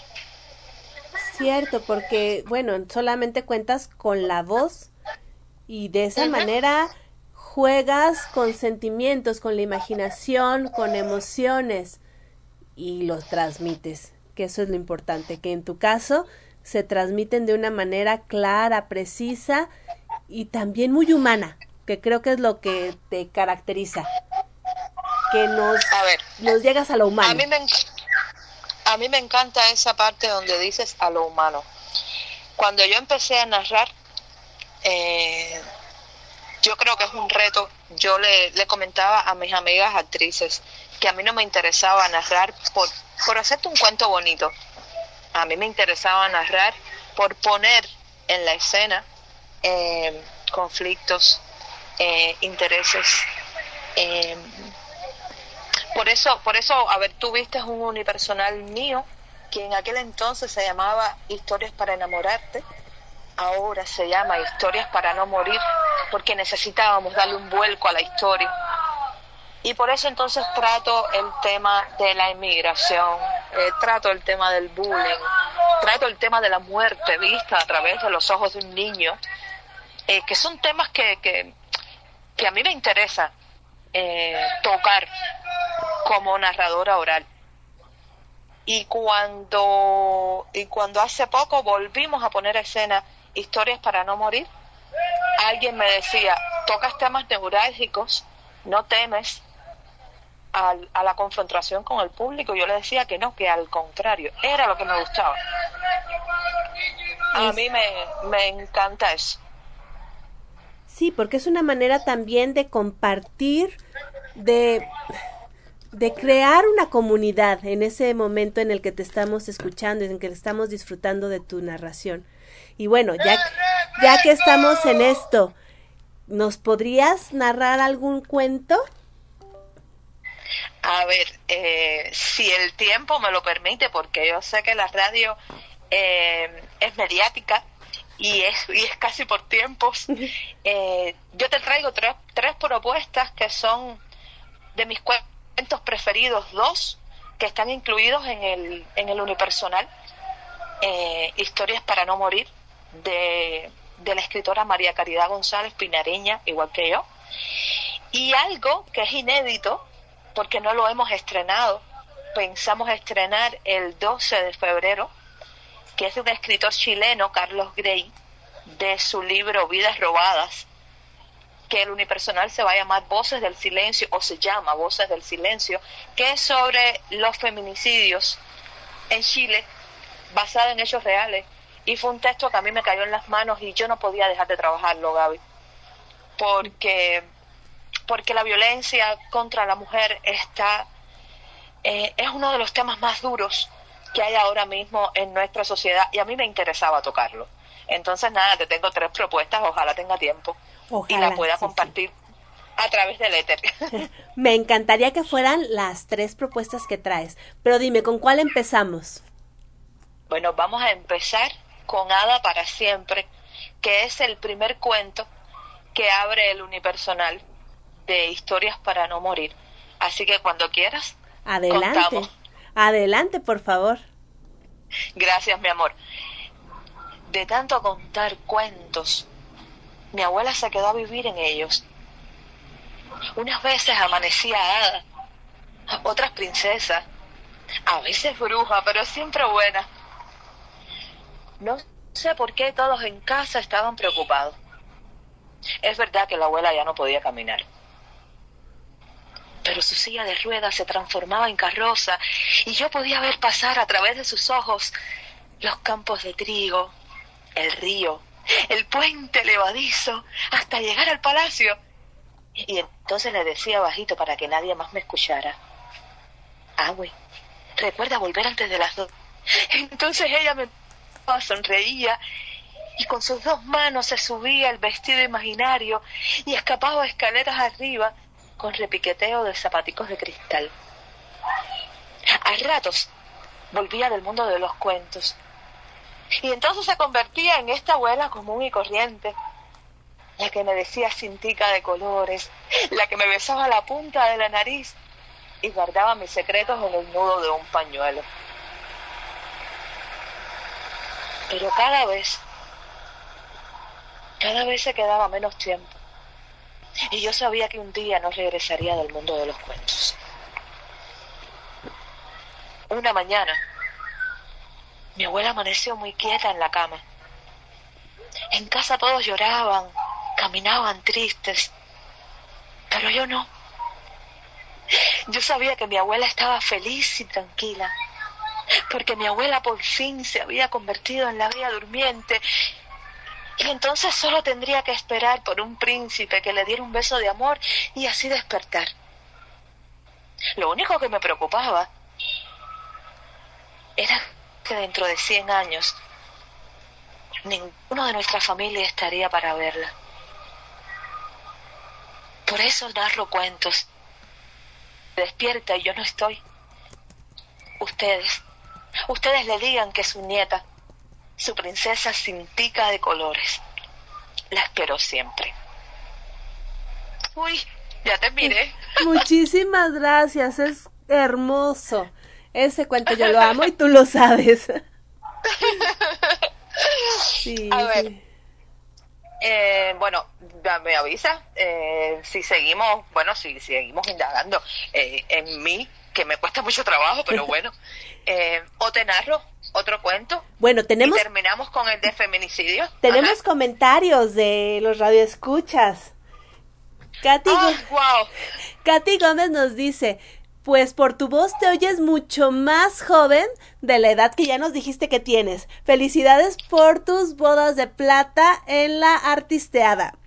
Cierto, porque, bueno, solamente cuentas con la voz y de esa uh-huh. manera juegas con sentimientos, con la imaginación, con emociones y los transmites, que eso es lo importante, que en tu caso se transmiten de una manera clara, precisa y también muy humana, que creo que es lo que te caracteriza, que nos, a ver, nos llegas a lo humano. A mí me encanta. A mí me encanta esa parte donde dices a lo humano. Cuando yo empecé a narrar, eh, yo creo que es un reto. Yo le, le comentaba a mis amigas actrices que a mí no me interesaba narrar por, por hacerte un cuento bonito. A mí me interesaba narrar por poner en la escena eh, conflictos, eh, intereses. Eh, Por eso, por eso, a ver, tú viste un unipersonal mío que en aquel entonces se llamaba Historias para enamorarte, ahora se llama Historias para no morir, porque necesitábamos darle un vuelco a la historia. Y por eso entonces trato el tema de la inmigración, eh, trato el tema del bullying, trato el tema de la muerte vista a través de los ojos de un niño, eh, que son temas que, que, que a mí me interesa eh, tocar como narradora oral. Y cuando y cuando hace poco volvimos a poner a escena Historias para no morir, alguien me decía, tocas temas neurálgicos, no temes al, a la confrontación con el público. Yo le decía que no, que al contrario, era lo que me gustaba. A mí me, me encanta eso. Sí, porque es una manera también de compartir, de... de crear una comunidad en ese momento en el que te estamos escuchando, en el que estamos disfrutando de tu narración. Y bueno, ya, ya que estamos en esto, ¿nos podrías narrar algún cuento? A ver, eh, si el tiempo me lo permite, porque yo sé que la radio eh, es mediática y es, y es casi por tiempos, eh, yo te traigo tres, tres propuestas que son de mis cuentos cuentos preferidos, dos que están incluidos en el en el unipersonal, eh, Historias para no morir, de, de la escritora María Caridad González, pinareña, igual que yo, y algo que es inédito porque no lo hemos estrenado, pensamos estrenar el doce de febrero, que es de un escritor chileno, Carlos Grey, de su libro Vidas robadas, que el unipersonal se va a llamar Voces del Silencio, o se llama Voces del Silencio, que es sobre los feminicidios en Chile, basado en hechos reales. Y fue un texto que a mí me cayó en las manos y yo no podía dejar de trabajarlo, Gaby, porque, porque la violencia contra la mujer está eh, es uno de los temas más duros que hay ahora mismo en nuestra sociedad y a mí me interesaba tocarlo. Entonces, nada, te tengo tres propuestas, ojalá tenga tiempo. Ojalá, y la pueda sí, compartir sí. a través del éter. Me encantaría que fueran las tres propuestas que traes, pero dime, ¿con cuál empezamos? Bueno, vamos a empezar con Hada para siempre, que es el primer cuento que abre el unipersonal de Historias para no morir. Así que cuando quieras, adelante, contamos. Adelante, por favor. Gracias, mi amor. De tanto contar cuentos, mi abuela se quedó a vivir en ellos. Unas veces amanecía hada, otras princesa, a veces bruja, pero siempre buena. No sé por qué todos en casa estaban preocupados. Es verdad que la abuela ya no podía caminar, pero su silla de ruedas se transformaba en carroza y yo podía ver pasar a través de sus ojos los campos de trigo, el río, el puente levadizo, hasta llegar al palacio. Y entonces le decía bajito para que nadie más me escuchara: Agüe, recuerda volver antes de las dos. Entonces ella me sonreía y con sus dos manos se subía el vestido imaginario y escapaba escaleras arriba con repiqueteo de zapaticos de cristal. A ratos volvía del mundo de los cuentos y entonces se convertía en esta abuela común y corriente, la que me decía cintica de colores, la que me besaba la punta de la nariz y guardaba mis secretos en el nudo de un pañuelo. Pero cada vez, cada vez se quedaba menos tiempo. Y yo sabía que un día no regresaría del mundo de los cuentos. Una mañana, mi abuela amaneció muy quieta en la cama. En casa todos lloraban, caminaban tristes, pero yo no. Yo sabía que mi abuela estaba feliz y tranquila, porque mi abuela por fin se había convertido en la Bella Durmiente. Y entonces solo tendría que esperar por un príncipe que le diera un beso de amor y así despertar. Lo único que me preocupaba era que dentro de cien años ninguno de nuestra familia estaría para verla. Por eso narro cuentos. Despierta y yo no estoy. Ustedes, ustedes le digan que su nieta, su princesa cintica de colores, la espero siempre. Uy, ya terminé. Muchísimas gracias, es hermoso. Ese cuento yo lo amo y tú lo sabes. Sí, a ver, sí. eh, bueno, ya me avisa eh, si seguimos, bueno, si seguimos indagando eh, en mí, que me cuesta mucho trabajo, pero bueno, eh, o te narro otro cuento. Bueno, tenemos... Y terminamos con el de feminicidio. Tenemos Ajá. comentarios de los radioescuchas. Katy, Oh, Go- wow. Katy Gómez nos dice: pues por tu voz te oyes mucho más joven de la edad que ya nos dijiste que tienes. Felicidades por tus bodas de plata en la artisteada.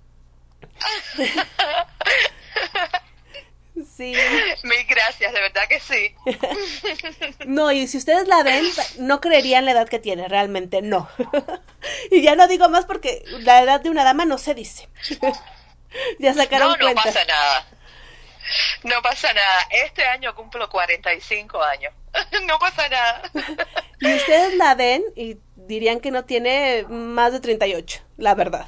Sí. Mil gracias, de verdad que sí. No, y si ustedes la ven, no creerían la edad que tiene, realmente no. Y ya no digo más porque la edad de una dama no se dice. Ya sacaron No, no cuenta. pasa nada. No pasa nada. Este año cumplo cuarenta y cinco años. No pasa nada. Y ustedes la ven y dirían que no tiene más de treinta y ocho, la verdad.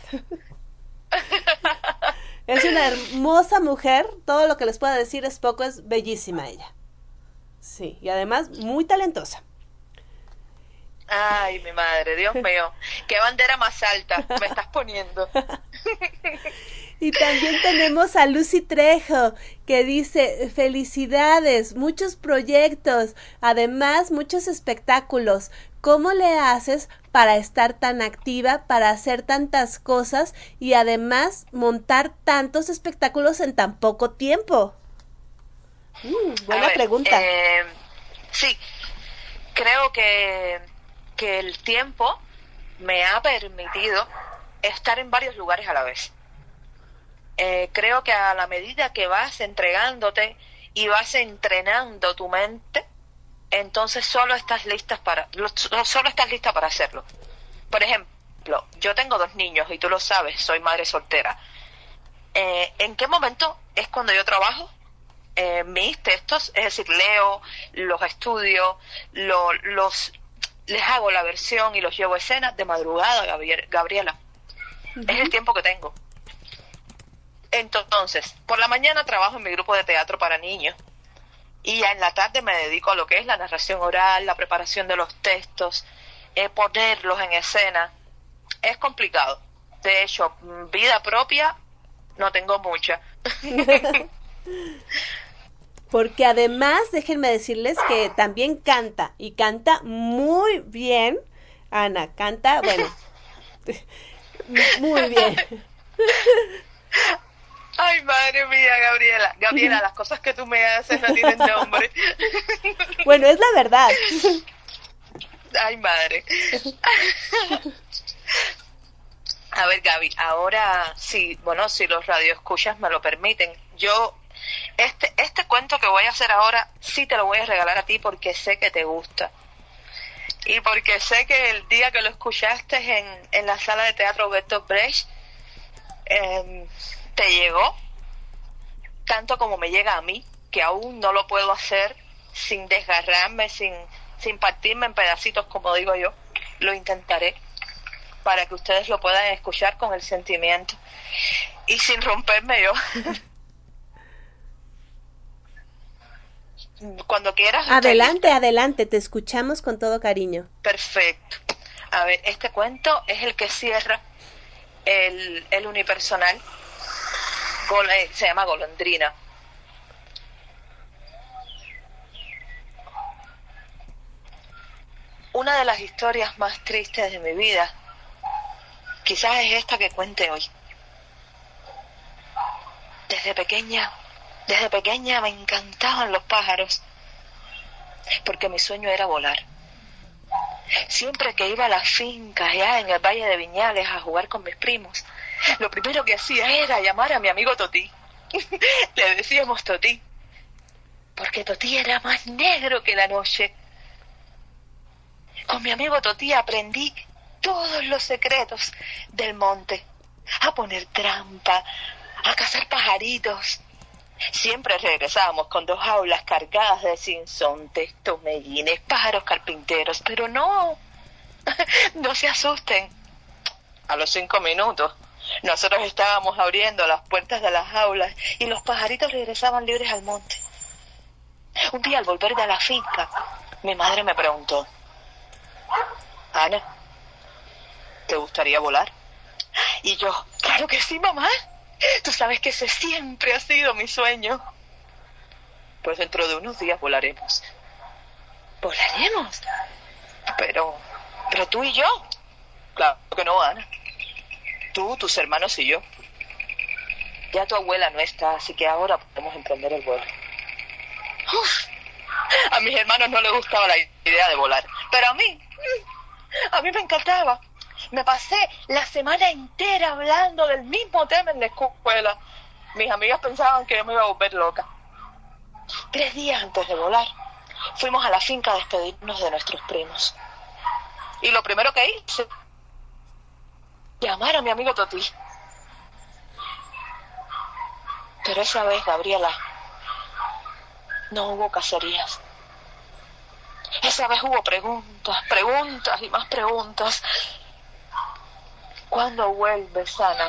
Es una hermosa mujer, todo lo que les pueda decir es poco, es bellísima ella. Sí, y además muy talentosa. Ay, mi madre, Dios mío. Qué bandera más alta me estás poniendo. Y también tenemos a Lucy Trejo, que dice: felicidades, muchos proyectos, además muchos espectáculos. ¿Cómo le haces para estar tan activa, para hacer tantas cosas y además montar tantos espectáculos en tan poco tiempo? Mm, buena A ver, pregunta. eh, sí, creo que, que el tiempo me ha permitido estar en varios lugares a la vez. Eh, creo que a la medida que vas entregándote y vas entrenando tu mente, entonces solo estás lista para solo estás lista para hacerlo. Por ejemplo, yo tengo dos niños y tú lo sabes, soy madre soltera. Eh, ¿En qué momento es cuando yo trabajo eh, mis textos? Es decir, leo, los estudio, lo, los les hago la versión y los llevo a escena de madrugada, Gabriel, Gabriela. Uh-huh. Es el tiempo que tengo. Entonces, por la mañana trabajo en mi grupo de teatro para niños y ya en la tarde me dedico a lo que es la narración oral, la preparación de los textos, eh, ponerlos en escena. Es complicado. De hecho, vida propia no tengo mucha. Porque además, déjenme decirles que también canta, y canta muy bien. Ana, canta, bueno, muy bien. Ay, madre mía, Gabriela. Gabriela, las cosas que tú me haces no tienen nombre. Bueno, es la verdad. Ay, madre. A ver, Gaby, ahora sí, bueno, si los radioescuchas me lo permiten, yo, este, este cuento que voy a hacer ahora, sí te lo voy a regalar a ti porque sé que te gusta. Y porque sé que el día que lo escuchaste en, en la sala de teatro Bertolt Brecht, eh, te llegó, tanto como me llega a mí, que aún no lo puedo hacer sin desgarrarme, sin, sin partirme en pedacitos, como digo yo. Lo intentaré para que ustedes lo puedan escuchar con el sentimiento y sin romperme yo. Cuando quieras. Adelante, adelante, te escuchamos con todo cariño. Perfecto. A ver, este cuento es el que cierra el, el unipersonal. Gol, eh, se llama Golondrina. Una de las historias más tristes de mi vida, quizás es esta que cuente hoy. Desde pequeña, desde pequeña me encantaban los pájaros, porque mi sueño era volar. Siempre que iba a las fincas allá en el Valle de Viñales a jugar con mis primos, lo primero que hacía era llamar a mi amigo Totí. Le decíamos Totí, porque Totí era más negro que la noche. Con mi amigo Totí aprendí todos los secretos del monte, a poner trampa, a cazar pajaritos. Siempre regresábamos con dos jaulas cargadas de sinsontes, tomellines, pájaros carpinteros, pero no, no se asusten. A los cinco minutos, nosotros estábamos abriendo las puertas de las jaulas y los pajaritos regresaban libres al monte. Un día, al volver de la finca, mi madre me preguntó: Ana, ¿te gustaría volar? Y yo, claro que sí, mamá. Tú sabes que ese siempre ha sido mi sueño. Pues dentro de unos días volaremos. ¿Volaremos? Pero, pero tú y yo. Claro que no, Ana. Tú, tus hermanos y yo. Ya tu abuela no está, así que ahora podemos emprender el vuelo. Uf, a mis hermanos no les gustaba la idea de volar, pero a mí, a mí me encantaba. Me pasé la semana entera hablando del mismo tema en la escuela. Mis amigas pensaban que yo me iba a volver loca. Tres días antes de volar, fuimos a la finca a despedirnos de nuestros primos. Y lo primero que hice, llamar a mi amigo Totí. Pero esa vez, Gabriela, no hubo cacerías. Esa vez hubo preguntas, preguntas y más preguntas. ¿Cuándo vuelves, Ana?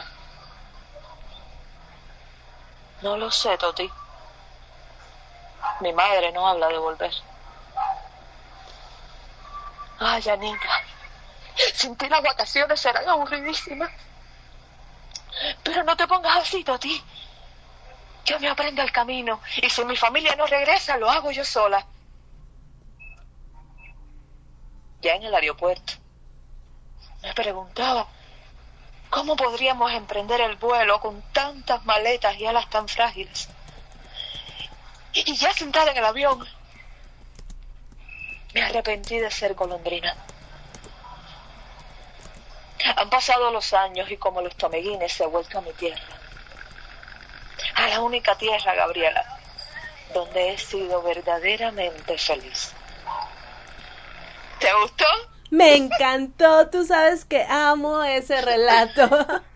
No lo sé, Totí. Mi madre no habla de volver. Ay, Anita, sin ti las vacaciones serán aburridísimas. Pero no te pongas así, Totí. Yo me aprendo el camino, y si mi familia no regresa, lo hago yo sola. Ya en el aeropuerto, me preguntaba cómo podríamos emprender el vuelo con tantas maletas y alas tan frágiles. Y, y ya sentada en el avión, me arrepentí de ser golondrina. Han pasado los años y como los tomeguines se ha vuelto a mi tierra. A la única tierra, Gabriela, donde he sido verdaderamente feliz. ¿Te gustó? Me encantó, tú sabes que amo ese relato.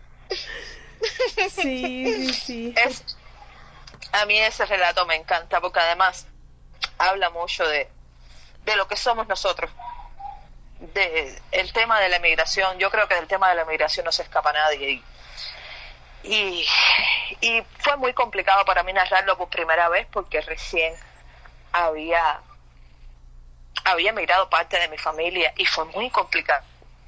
Sí, sí, sí. Es, a mí ese relato me encanta porque además habla mucho de, de lo que somos nosotros. De el tema de la emigración. Yo creo que del tema de la emigración no se escapa nadie. Y, y, y fue muy complicado para mí narrarlo por primera vez porque recién había... había emigrado parte de mi familia y fue muy complicado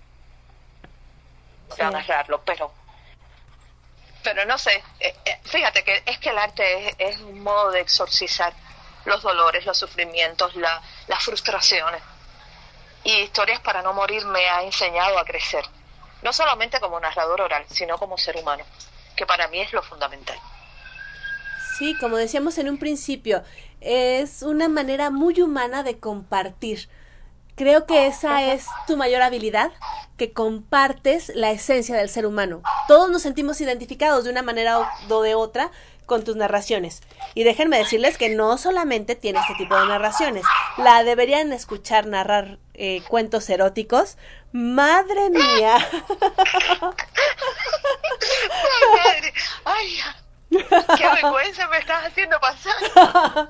sí. narrarlo, pero pero no sé, eh, eh, fíjate que es que el arte es, es un modo de exorcizar los dolores, los sufrimientos, la, las frustraciones. y Historias para no morir me ha enseñado a crecer, no solamente como narrador oral, sino como ser humano, que para mí es lo fundamental. Sí, como decíamos en un principio, es una manera muy humana de compartir. Creo que esa es tu mayor habilidad, que compartes la esencia del ser humano. Todos nos sentimos identificados de una manera o de otra con tus narraciones. Y déjenme decirles que no solamente tiene este tipo de narraciones. La deberían escuchar narrar eh, cuentos eróticos. ¡Madre mía! ¡Ay, madre! ¡Ay, qué vergüenza me estás haciendo pasar!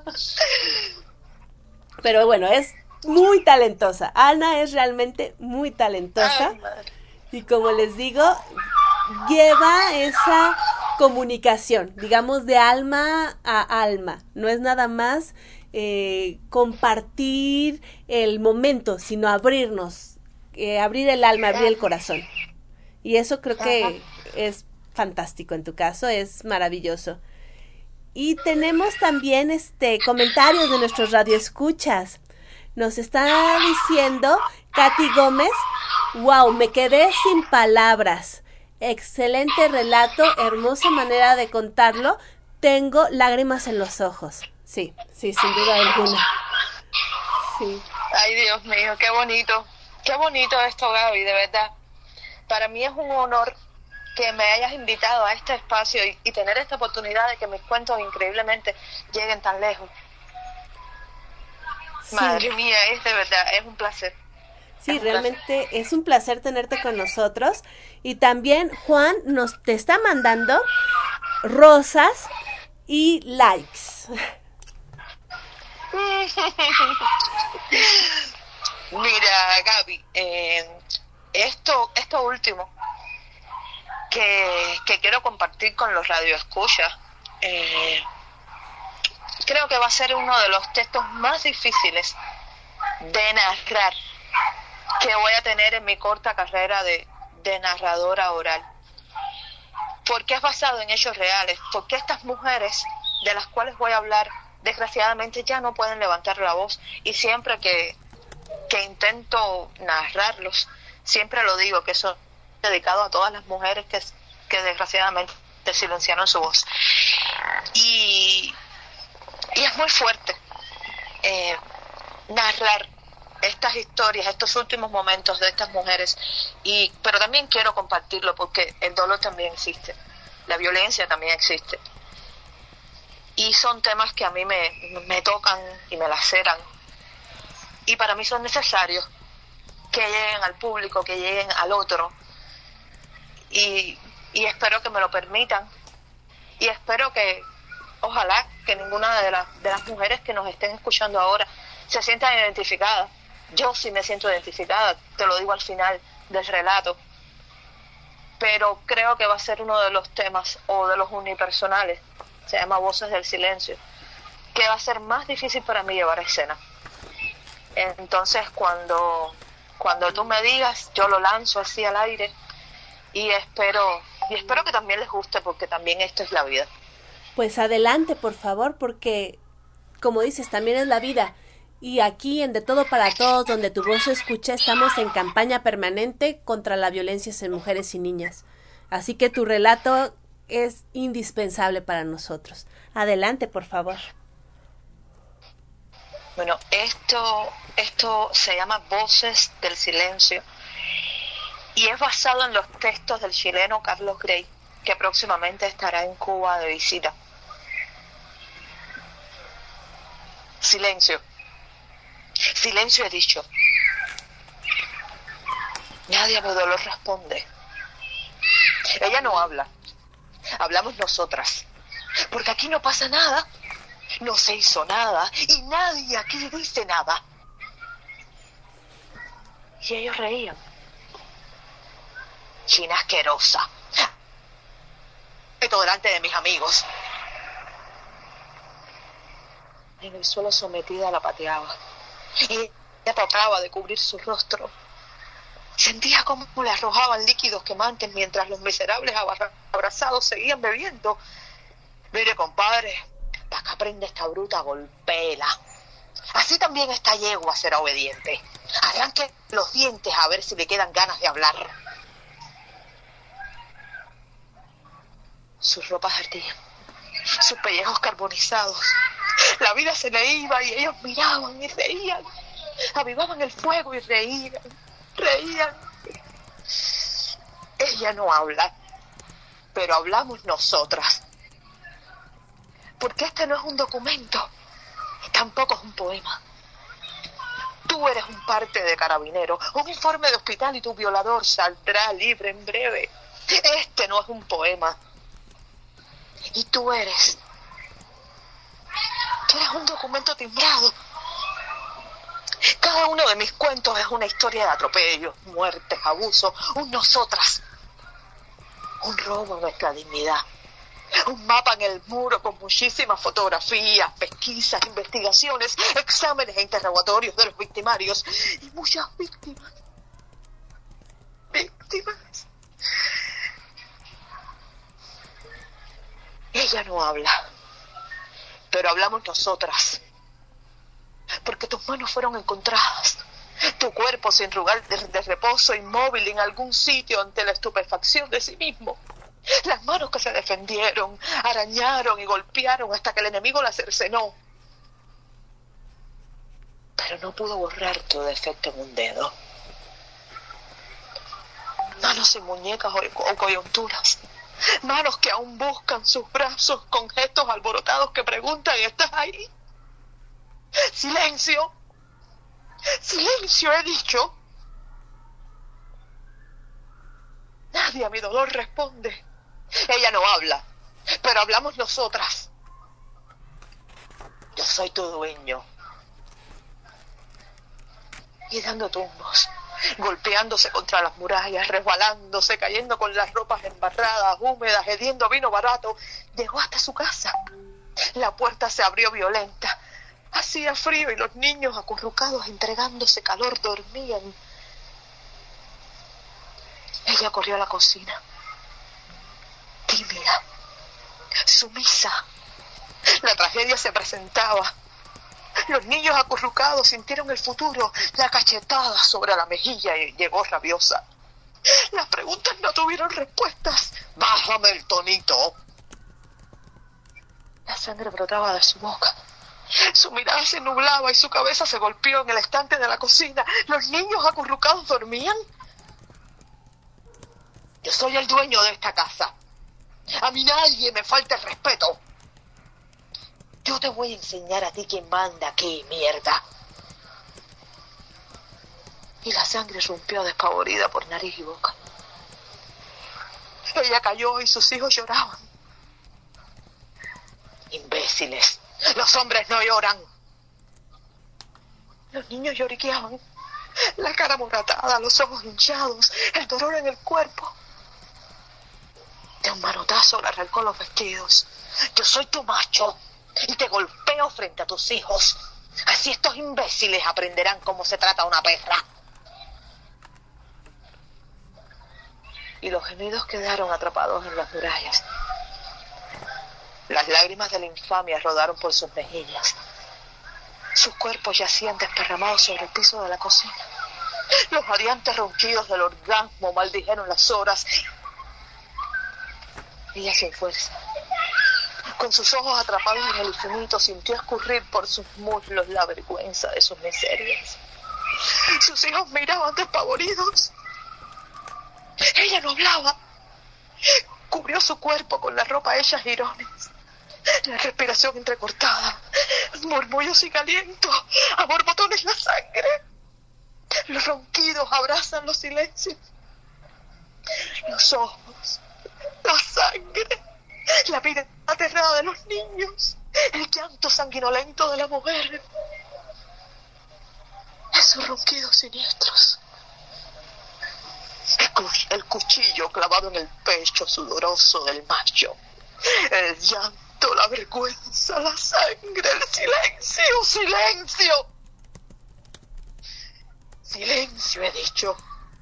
Pero bueno, es muy talentosa. Ana es realmente muy talentosa. Ay, madre. Y como les digo, lleva esa comunicación, digamos, de alma a alma. No es nada más eh, compartir el momento, sino abrirnos, eh, abrir el alma, abrir el corazón. Y eso creo que es fantástico en tu caso, es maravilloso. Y tenemos también este comentarios de nuestros radioescuchas. Nos está diciendo Katy Gómez: wow, me quedé sin palabras. Excelente relato, hermosa manera de contarlo. Tengo lágrimas en los ojos. Sí, sí, sin duda alguna. Sí. Ay, Dios mío, qué bonito. Qué bonito esto, Gaby, de verdad. Para mí es un honor que me hayas invitado a este espacio y, y tener esta oportunidad de que mis cuentos increíblemente lleguen tan lejos. Sí. Madre mía, es de verdad, es un placer. Sí, realmente es un placer tenerte con nosotros. Y también Juan nos te está mandando rosas y likes. Mira, Gaby, eh, esto, esto último que, que quiero compartir con los radioescuchas, eh, creo que va a ser uno de los textos más difíciles de narrar que voy a tener en mi corta carrera de, de narradora oral, porque es basado en hechos reales, porque estas mujeres de las cuales voy a hablar desgraciadamente ya no pueden levantar la voz, y siempre que, que intento narrarlos, siempre lo digo, que son dedicados a todas las mujeres que, que desgraciadamente silenciaron su voz. Y, y es muy fuerte eh, narrar estas historias, estos últimos momentos de estas mujeres, y pero también quiero compartirlo porque el dolor también existe, la violencia también existe, y son temas que a mí me, me tocan y me laceran, y para mí son necesarios que lleguen al público, que lleguen al otro, y, y espero que me lo permitan, y espero que, ojalá que ninguna de las, de las mujeres que nos estén escuchando ahora se sientan identificadas. Yo sí me siento identificada, te lo digo al final del relato, pero creo que va a ser uno de los temas, o de los unipersonales, se llama Voces del Silencio, que va a ser más difícil para mí llevar a escena. Entonces cuando, cuando tú me digas, yo lo lanzo así al aire, y espero, y espero que también les guste, porque también esto es la vida. Pues adelante, por favor, porque, como dices, también es la vida. Y aquí en De Todo para Todos, donde tu voz se escucha, estamos en campaña permanente contra la violencia en mujeres y niñas. Así que tu relato es indispensable para nosotros. Adelante, por favor. Bueno, esto, esto se llama Voces del Silencio, y es basado en los textos del chileno Carlos Gray, que próximamente estará en Cuba de visita. Silencio. Silencio, he dicho. Nadie a mi dolor responde. Ella no habla. Hablamos nosotras. Porque aquí no pasa nada. No se hizo nada. Y nadie aquí dice nada. Y ellos reían. China asquerosa. Esto delante de mis amigos. En el suelo sometida la pateaba. Y ella trataba de cubrir su rostro. Sentía como le arrojaban líquidos quemantes mientras los miserables abrazados seguían bebiendo. Mire, compadre, para que aprenda esta bruta, golpéela. Así también esta yegua será obediente. Arranque los dientes a ver si le quedan ganas de hablar. Sus ropas ardían, sus pellejos carbonizados. La vida se le iba y ellos miraban y reían. Avivaban el fuego y reían, reían. Ella no habla, pero hablamos nosotras. Porque este no es un documento, tampoco es un poema. Tú eres un parte de carabinero, un informe de hospital y tu violador saldrá libre en breve. Este no es un poema. Y tú eres... Tú eres un documento timbrado. Cada uno de mis cuentos es una historia de atropellos, muertes, abusos, un nosotras. Un robo a nuestra dignidad. Un mapa en el muro con muchísimas fotografías, pesquisas, investigaciones, exámenes e interrogatorios de los victimarios. Y muchas víctimas. Víctimas. Ella no habla, pero hablamos nosotras. Porque tus manos fueron encontradas. Tu cuerpo sin lugar de, de reposo, inmóvil en algún sitio ante la estupefacción de sí mismo. Las manos que se defendieron, arañaron y golpearon hasta que el enemigo las cercenó. Pero no pudo borrar tu defecto en un dedo. Manos sin muñecas o, o coyunturas. Manos que aún buscan sus brazos con gestos alborotados que preguntan, ¿estás ahí? Silencio. Silencio, he dicho. Nadie a mi dolor responde. Ella no habla, pero hablamos nosotras. Yo soy tu dueño. Y dando tumbos, golpeándose contra las murallas, resbalándose, cayendo con las ropas embarradas, húmedas, hediendo vino barato, llegó hasta su casa. La puerta se abrió violenta. Hacía frío y los niños acurrucados, entregándose calor, dormían. Ella corrió a la cocina, tímida, sumisa. La tragedia se presentaba. Los niños acurrucados sintieron el futuro, la cachetada sobre la mejilla y llegó rabiosa. Las preguntas no tuvieron respuestas. Bájame el tonito. La sangre brotaba de su boca. Su mirada se nublaba y su cabeza se golpeó en el estante de la cocina. Los niños acurrucados dormían. Yo soy el dueño de esta casa. A mí nadie me falta el respeto. Yo te voy a enseñar a ti quién manda aquí, mierda. Y la sangre rompió despavorida por nariz y boca. Ella cayó y sus hijos lloraban. Imbéciles. Los hombres no lloran. Los niños lloriqueaban. La cara moratada, los ojos hinchados, el dolor en el cuerpo. De un manotazo le arrancó los vestidos. Yo soy tu macho y te golpeo frente a tus hijos. Así estos imbéciles aprenderán cómo se trata una perra. Y los gemidos quedaron atrapados en las murallas. Las lágrimas de la infamia rodaron por sus mejillas. Sus cuerpos yacían desparramados sobre el piso de la cocina. Los radiantes ronquidos del orgasmo maldijeron las horas. Ella sin fuerza, con sus ojos atrapados en el infinito, sintió escurrir por sus muslos la vergüenza de sus miserias. Sus hijos miraban despavoridos. Ella no hablaba. Cubrió su cuerpo con la ropa hecha jirones. La respiración entrecortada, murmullos sin aliento, a borbotones la sangre. Los ronquidos abrazan los silencios. Los ojos, la sangre, la vida aterrada de los niños, el llanto sanguinolento de la mujer. Esos ronquidos siniestros. El cuchillo clavado en el pecho sudoroso del macho. El llanto, la vergüenza, la sangre, el silencio, silencio. Silencio, he dicho.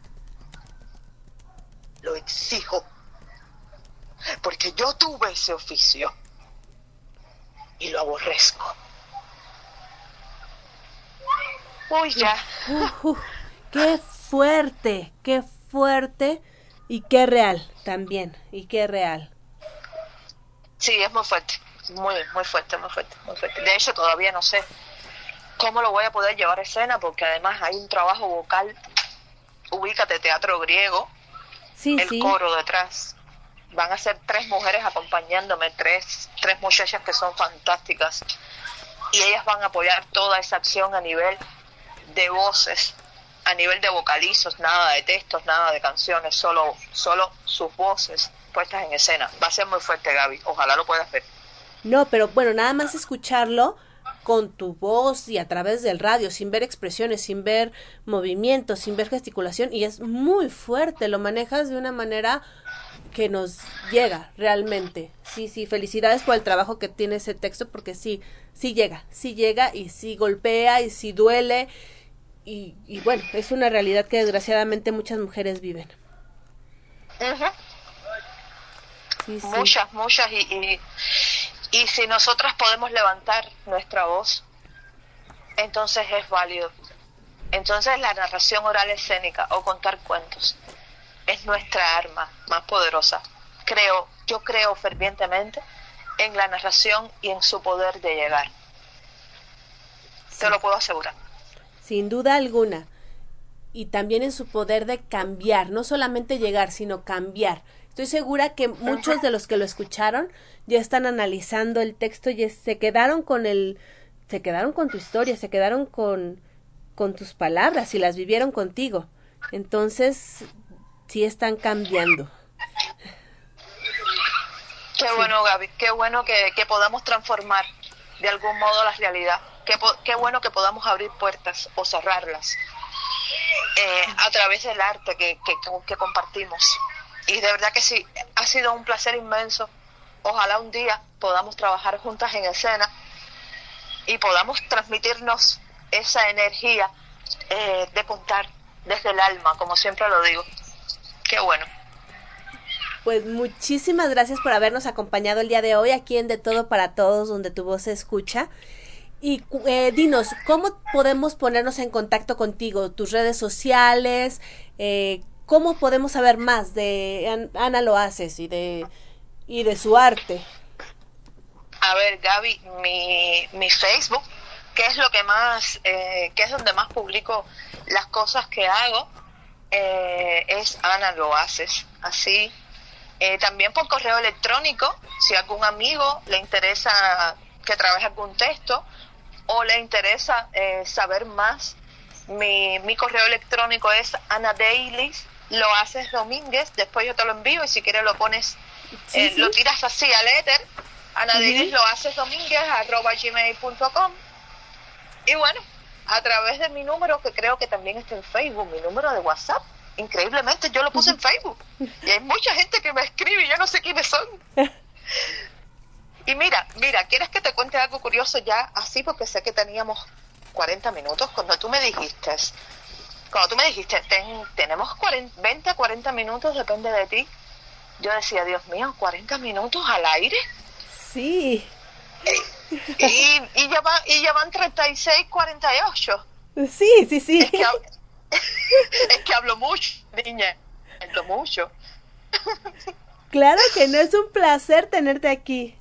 Lo exijo. Porque yo tuve ese oficio. Y lo aborrezco. Uy, ya. Uf, uf, qué fuerte, qué fuerte y qué real también, y qué real. Sí, es muy fuerte, muy, muy fuerte, muy fuerte, muy fuerte. De hecho, todavía no sé cómo lo voy a poder llevar a escena, porque además hay un trabajo vocal, ubícate, teatro griego, Sí, el sí. coro detrás. Van a ser tres mujeres acompañándome, tres, tres muchachas que son fantásticas. Y ellas van a apoyar toda esa acción a nivel de voces, a nivel de vocalizos, nada de textos, nada de canciones, solo, solo sus voces puestas en escena. Va a ser muy fuerte, Gaby. Ojalá lo puedas ver. No, pero bueno, nada más escucharlo con tu voz y a través del radio, sin ver expresiones, sin ver movimientos, sin ver gesticulación, y es muy fuerte, lo manejas de una manera que nos llega realmente. Sí, sí, felicidades por el trabajo que tiene ese texto, porque sí, sí llega, sí llega y sí golpea y sí duele, y, y bueno, es una realidad que desgraciadamente muchas mujeres viven. Uh-huh. Sí, sí. Muchas, muchas, y, y, y si nosotras podemos levantar nuestra voz, entonces es válido. Entonces la narración oral escénica o contar cuentos es nuestra arma más poderosa. Creo, yo creo fervientemente en la narración y en su poder de llegar. Sí. Te lo puedo asegurar. Sin duda alguna. Y también en su poder de cambiar, no solamente llegar, sino cambiar. Estoy segura que muchos de los que lo escucharon ya están analizando el texto y se quedaron con el, se quedaron con tu historia, se quedaron con, con tus palabras y las vivieron contigo. Entonces, sí están cambiando. Qué sí. Bueno, Gaby, qué bueno que, que podamos transformar de algún modo la realidad. Qué, qué bueno que podamos abrir puertas o cerrarlas eh, a través del arte que, que, que compartimos. Y de verdad que sí, ha sido un placer inmenso. Ojalá un día podamos trabajar juntas en escena y podamos transmitirnos esa energía eh, de contar desde el alma, como siempre lo digo. Qué bueno. Pues muchísimas gracias por habernos acompañado el día de hoy aquí en De Todo para Todos, donde tu voz se escucha. Y eh, dinos, ¿cómo podemos ponernos en contacto contigo? Tus redes sociales, eh, ¿cómo podemos saber más de Ana Lo Haces y de, y de su arte? A ver, Gaby, mi, mi Facebook, que es lo que más, eh, que es donde más publico las cosas que hago, eh, es Ana Lo Haces, así. Eh, también por correo electrónico, si a algún amigo le interesa que trabaje algún texto o le interesa eh, saber más, mi, mi correo electrónico es anadailis lo haces domínguez, después yo te lo envío y si quieres lo pones, sí, eh, sí. lo tiras así al éter, anadailis uh-huh. lo haces domínguez arroba gmail punto com. Y bueno, a través de mi número, que creo que también está en Facebook, mi número de WhatsApp, increíblemente yo lo puse en Facebook y hay mucha gente que me escribe y yo no sé quiénes son. Y mira, mira, ¿quieres que te cuente algo curioso ya así? Porque sé que teníamos cuarenta minutos. Cuando tú me dijiste, cuando tú me dijiste, ten, tenemos cuarenta, veinte a cuarenta minutos, depende de ti. Yo decía, Dios mío, ¿cuarenta minutos al aire? Sí. Y, y, y, ya, va, y ya van treinta y seis, cuarenta y ocho. Sí, sí, sí. Es que, es que hablo mucho, niña. Hablo mucho. Claro que no, es un placer tenerte aquí.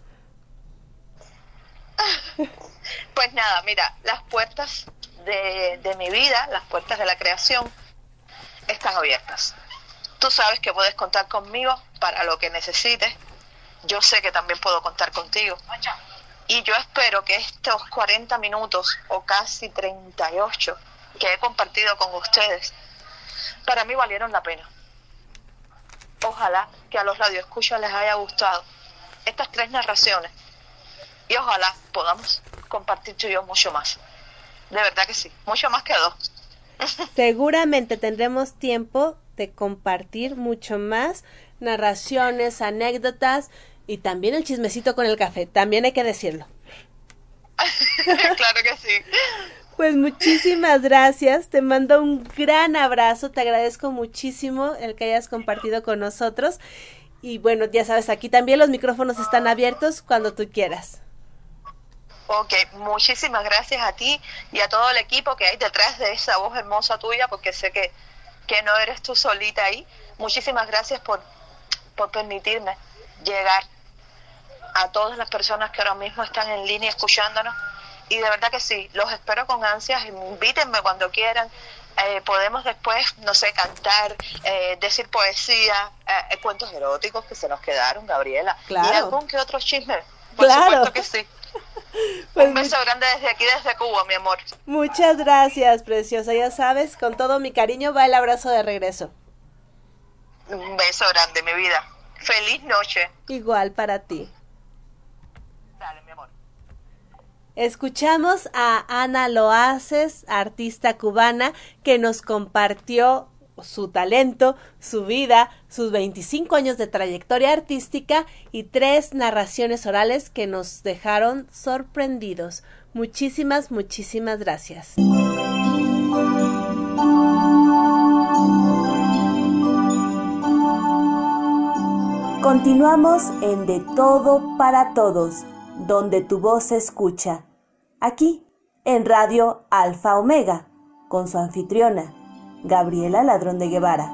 Pues nada, mira, las puertas de, de mi vida, las puertas de la creación, están abiertas. Tú sabes que puedes contar conmigo para lo que necesites. Yo sé que también puedo contar contigo. Y yo espero que estos cuarenta minutos o casi treinta y ocho que he compartido con ustedes, para mí valieron la pena. Ojalá que a los radioescuchas les haya gustado estas tres narraciones y ojalá podamos compartir tú y yo mucho más. De verdad que sí, mucho más que dos. Seguramente tendremos tiempo de compartir mucho más narraciones, anécdotas y también el chismecito con el café, también hay que decirlo. Claro que sí. Pues muchísimas gracias, te mando un gran abrazo, te agradezco muchísimo el que hayas compartido con nosotros y bueno, ya sabes, aquí también los micrófonos están abiertos cuando tú quieras. Ok, muchísimas gracias a ti y a todo el equipo que hay detrás de esa voz hermosa tuya, porque sé que, que no eres tú solita ahí. Muchísimas gracias por, por permitirme llegar a todas las personas que ahora mismo están en línea escuchándonos. Y de verdad que sí, los espero con ansias, invítenme cuando quieran. Eh, podemos después, no sé, cantar, eh, decir poesía, eh, cuentos eróticos que se nos quedaron, Gabriela. Claro. Y algún que otro chisme, por Claro. supuesto que sí. Pues un beso grande desde aquí, desde Cuba, mi amor. Muchas gracias, preciosa. Ya sabes, con todo mi cariño va el abrazo de regreso. Un beso grande, mi vida. Feliz noche. Igual para ti. Dale, mi amor. Escuchamos a Ana Loaces, artista cubana, que nos compartió su talento, su vida, sus veinticinco años de trayectoria artística y tres narraciones orales que nos dejaron sorprendidos. Muchísimas, muchísimas gracias. Continuamos en De Todo para Todos, donde tu voz se escucha. Aquí, en Radio Alfa Omega, con su anfitriona, Gabriela Ladrón de Guevara.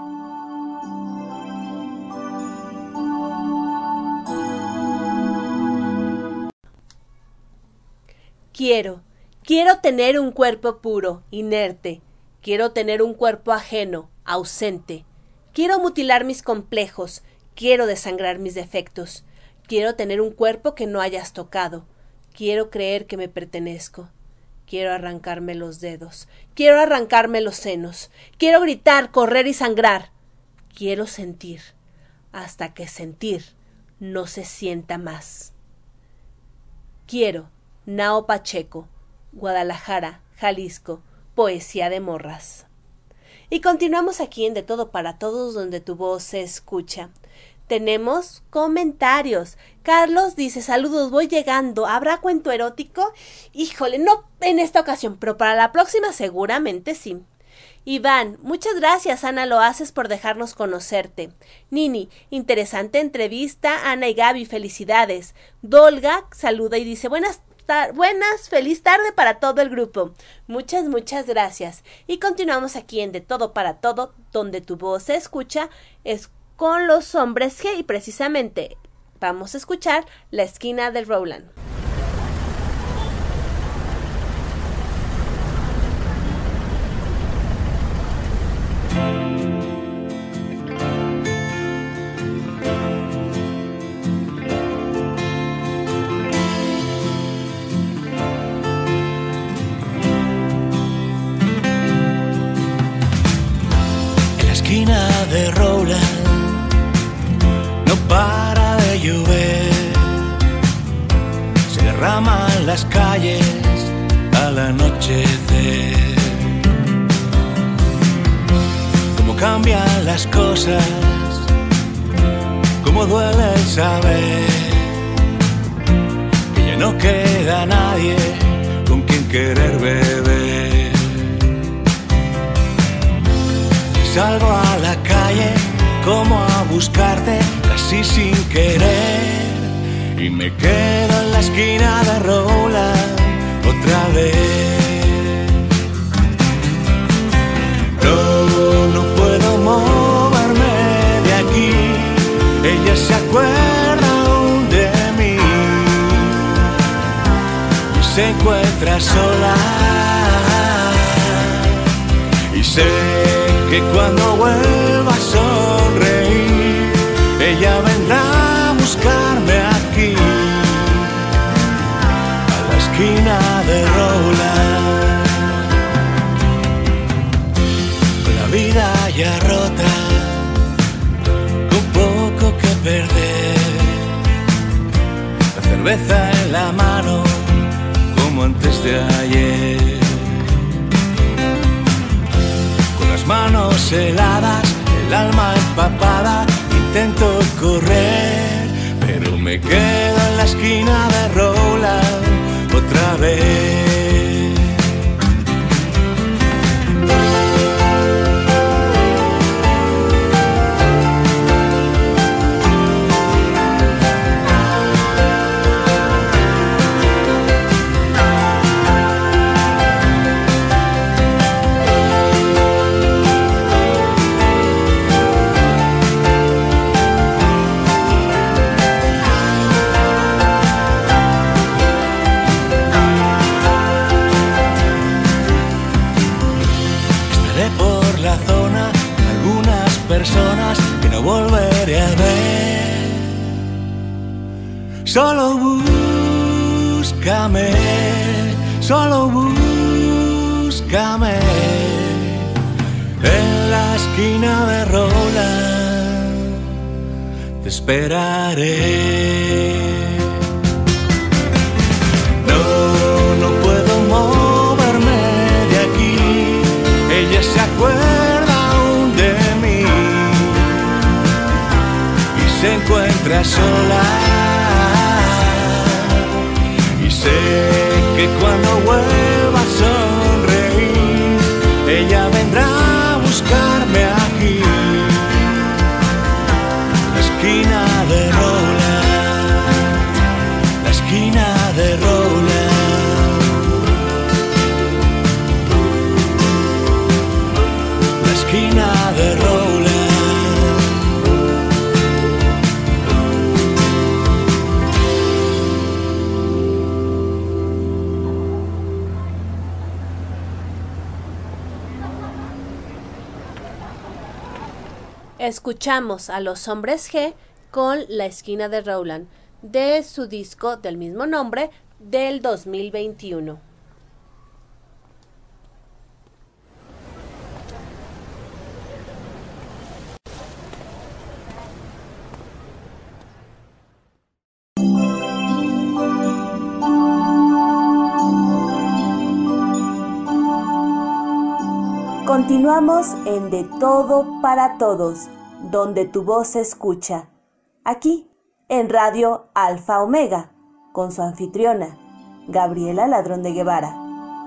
Quiero, quiero tener un cuerpo puro, inerte. Quiero tener un cuerpo ajeno, ausente. Quiero mutilar mis complejos. Quiero desangrar mis defectos. Quiero tener un cuerpo que no hayas tocado. Quiero creer que me pertenezco. Quiero arrancarme los dedos. Quiero arrancarme los senos. Quiero gritar, correr y sangrar. Quiero sentir, hasta que sentir no se sienta más. Quiero, Nao Pacheco, Guadalajara, Jalisco, Poesía de Morras. Y continuamos aquí en De Todo para Todos, donde tu voz se escucha. Tenemos comentarios. Carlos dice, saludos, voy llegando. ¿Habrá cuento erótico? Híjole, no en esta ocasión, pero para la próxima seguramente sí. Iván, muchas gracias, Ana Loaces, por dejarnos conocerte. Nini, interesante entrevista. Ana y Gaby, felicidades. Dolga saluda y dice, buenas tar- buenas, feliz tarde para todo el grupo. Muchas, muchas gracias. Y continuamos aquí en De Todo para Todo, donde tu voz se escucha, es con los hombres G, y precisamente vamos a escuchar La Esquina de Roland. En la esquina de Roland no para de llover, se derraman las calles al anochecer. Cómo cambian las cosas, cómo duele el saber que ya no queda nadie con quien querer beber. Salgo a la calle como a buscarte casi sin querer y me quedo en la esquina de Roland otra vez. No, no puedo moverme de aquí, ella se acuerda aún de mí y se encuentra sola y sé que cuando vuelva a sonreír, ella vendrá a buscarme aquí, a la esquina de Roland. Con la vida ya rota, con poco que perder, la cerveza en la mano, como antes de ayer. Manos heladas, el alma empapada, intento correr, pero me quedo en la esquina de Roland otra vez. Buscaré por la zona algunas personas que no volveré a ver. Solo búscame, solo búscame en la esquina de Roland, te esperaré. No, no puedo moverme de aquí, ella se acuerda aún de mí y se encuentra sola. Y sé que cuando vuelva a sonreír, ella vendrá a buscarme aquí, la esquina de Roland, la esquina de Roland, la esquina de Roland. Escuchamos a Los Hombres G con La esquina de Roland, de su disco del mismo nombre del dos mil veintiuno. Continuamos en De Todo para Todos, donde tu voz se escucha. Aquí, en Radio Alfa Omega, con su anfitriona, Gabriela Ladrón de Guevara.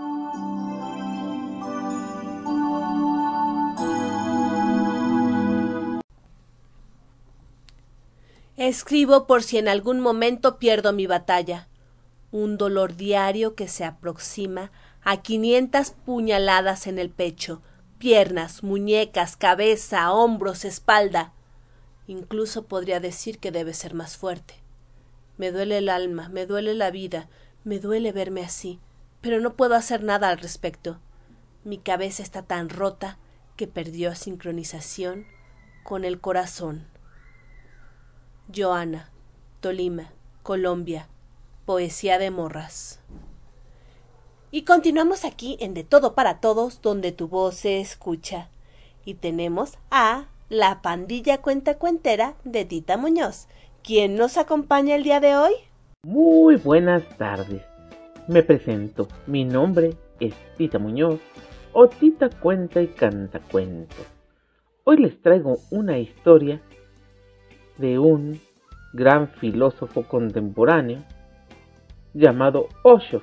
Escribo por si en algún momento pierdo mi batalla. Un dolor diario que se aproxima a quinientas puñaladas en el pecho, piernas, muñecas, cabeza, hombros, espalda. Incluso podría decir que debe ser más fuerte. Me duele el alma, me duele la vida, me duele verme así, pero no puedo hacer nada al respecto. Mi cabeza está tan rota que perdió sincronización con el corazón. Joana, Tolima, Colombia, poesía de morras. Y continuamos aquí en De Todo para Todos, donde tu voz se escucha. Y tenemos a la pandilla cuentacuentera de Tita Muñoz. ¿Quién nos acompaña el día de hoy? Muy buenas tardes. Me presento. Mi nombre es Tita Muñoz, o Tita Cuenta y Canta Cuentos. Hoy les traigo una historia de un gran filósofo contemporáneo llamado Osho.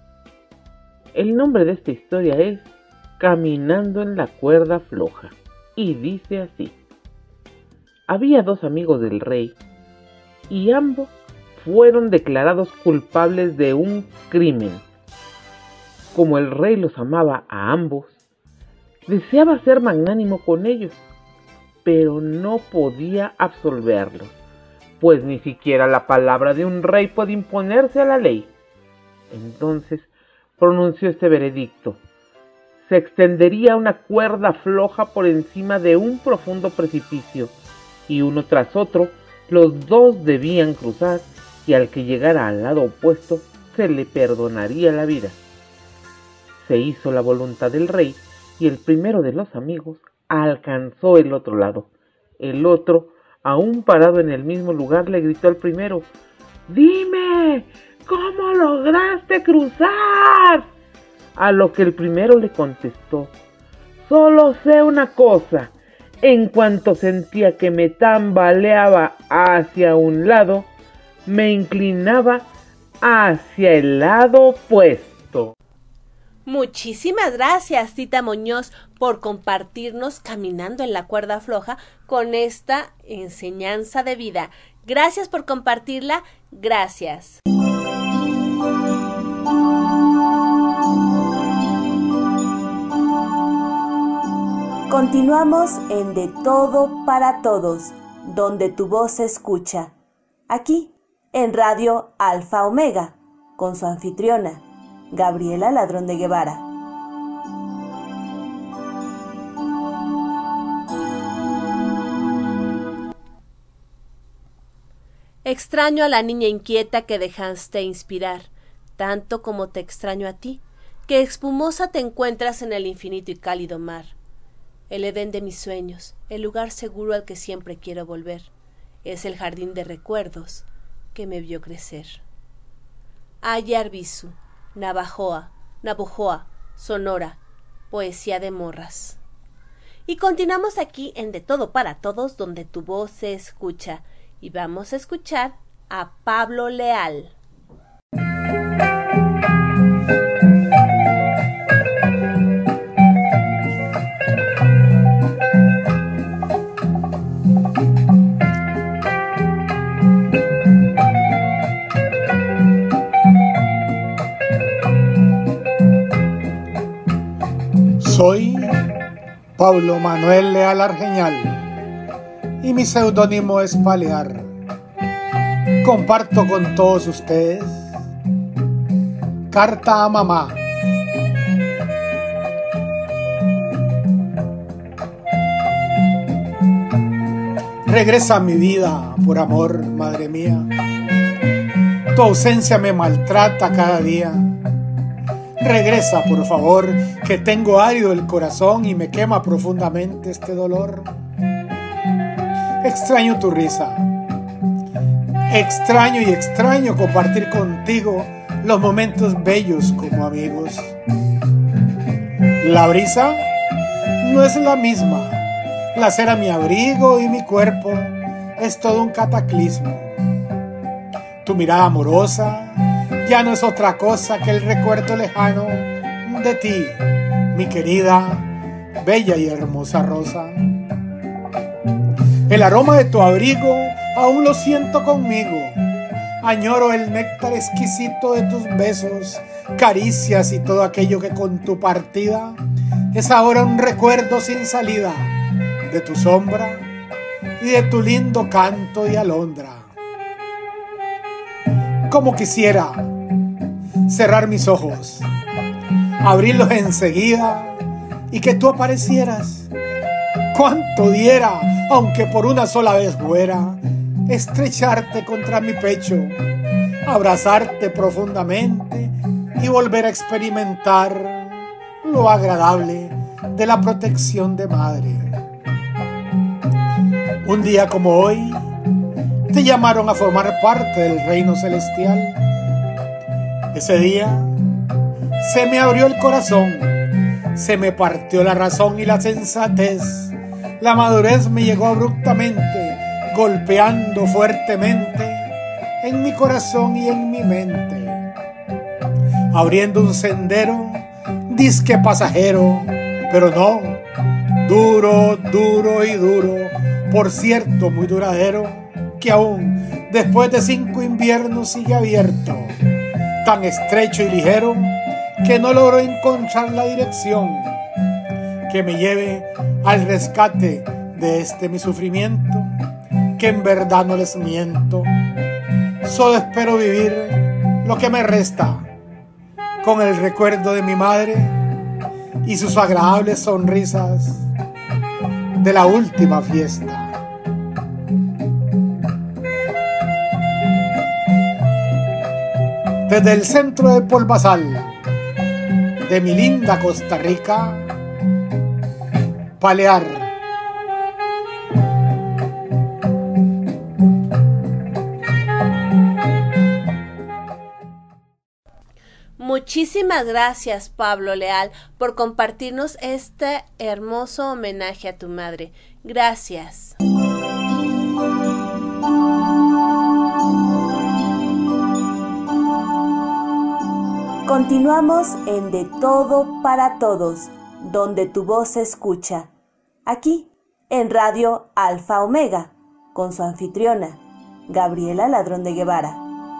El nombre de esta historia es Caminando en la cuerda floja, y dice así: había dos amigos del rey, y ambos fueron declarados culpables de un crimen. Como el rey los amaba a ambos, deseaba ser magnánimo con ellos, pero no podía absolverlos, pues ni siquiera la palabra de un rey puede imponerse a la ley. Entonces pronunció este veredicto: se extendería una cuerda floja por encima de un profundo precipicio, y uno tras otro los dos debían cruzar, y al que llegara al lado opuesto se le perdonaría la vida. Se hizo la voluntad del rey, y el primero de los amigos alcanzó el otro lado. El otro, aún parado en el mismo lugar, le gritó al primero: ¡dime! ¿Cómo lograste cruzar? A lo que el primero le contestó: solo sé una cosa, en cuanto sentía que me tambaleaba hacia un lado, me inclinaba hacia el lado opuesto. Muchísimas gracias, Tita Muñoz, por compartirnos Caminando en la cuerda floja con esta enseñanza de vida. Gracias por compartirla, gracias. Continuamos en De Todo para Todos, donde tu voz se escucha. Aquí, en Radio Alfa Omega, con su anfitriona, Gabriela Ladrón de Guevara. Extraño a la niña inquieta que dejaste inspirar, tanto como te extraño a ti, que espumosa te encuentras en el infinito y cálido mar. El Edén de mis sueños, el lugar seguro al que siempre quiero volver, es el jardín de recuerdos que me vio crecer. Ayar Bisu, Navajoa, Navojoa, Sonora, poesía de morras. Y continuamos aquí en De Todo para Todos, donde tu voz se escucha. Y vamos a escuchar a Pablo Leal. Soy Pablo Manuel Leal Argeñal y mi seudónimo es Palear. Comparto con todos ustedes Carta a Mamá. Regresa a mi vida, por amor, madre mía. Tu ausencia me maltrata cada día. Regresa, por favor, que tengo árido el corazón y me quema profundamente este dolor. Extraño tu risa. Extraño y extraño compartir contigo los momentos bellos como amigos. La brisa no es la misma. La cera mi abrigo y mi cuerpo es todo un cataclismo. Tu mirada amorosa ya no es otra cosa que el recuerdo lejano de ti, mi querida, bella y hermosa rosa. El aroma de tu abrigo aún lo siento conmigo. Añoro el néctar exquisito de tus besos, caricias y todo aquello que con tu partida es ahora un recuerdo sin salida de tu sombra y de tu lindo canto y alondra. Como quisiera cerrar mis ojos, abrirlos enseguida y que tú aparecieras. Cuánto diera, aunque por una sola vez fuera, estrecharte contra mi pecho, abrazarte profundamente y volver a experimentar lo agradable de la protección de madre. Un día como hoy, te llamaron a formar parte del reino celestial. Ese día se me abrió el corazón, se me partió la razón y la sensatez. La madurez me llegó abruptamente, golpeando fuertemente en mi corazón y en mi mente, abriendo un sendero, disque pasajero, pero no, duro, duro y duro, por cierto muy duradero, que aún después de cinco inviernos sigue abierto, tan estrecho y ligero que no logro encontrar la dirección que me lleve al rescate de este mi sufrimiento, que en verdad no les miento. Solo espero vivir lo que me resta con el recuerdo de mi madre y sus agradables sonrisas de la última fiesta. Desde el centro de Polvazal de mi linda Costa Rica, Palear. Muchísimas gracias, Pablo Leal, por compartirnos este hermoso homenaje a tu madre. Gracias. Continuamos en De Todo para Todos, donde tu voz se escucha. Aquí, en Radio Alfa Omega, con su anfitriona, Gabriela Ladrón de Guevara.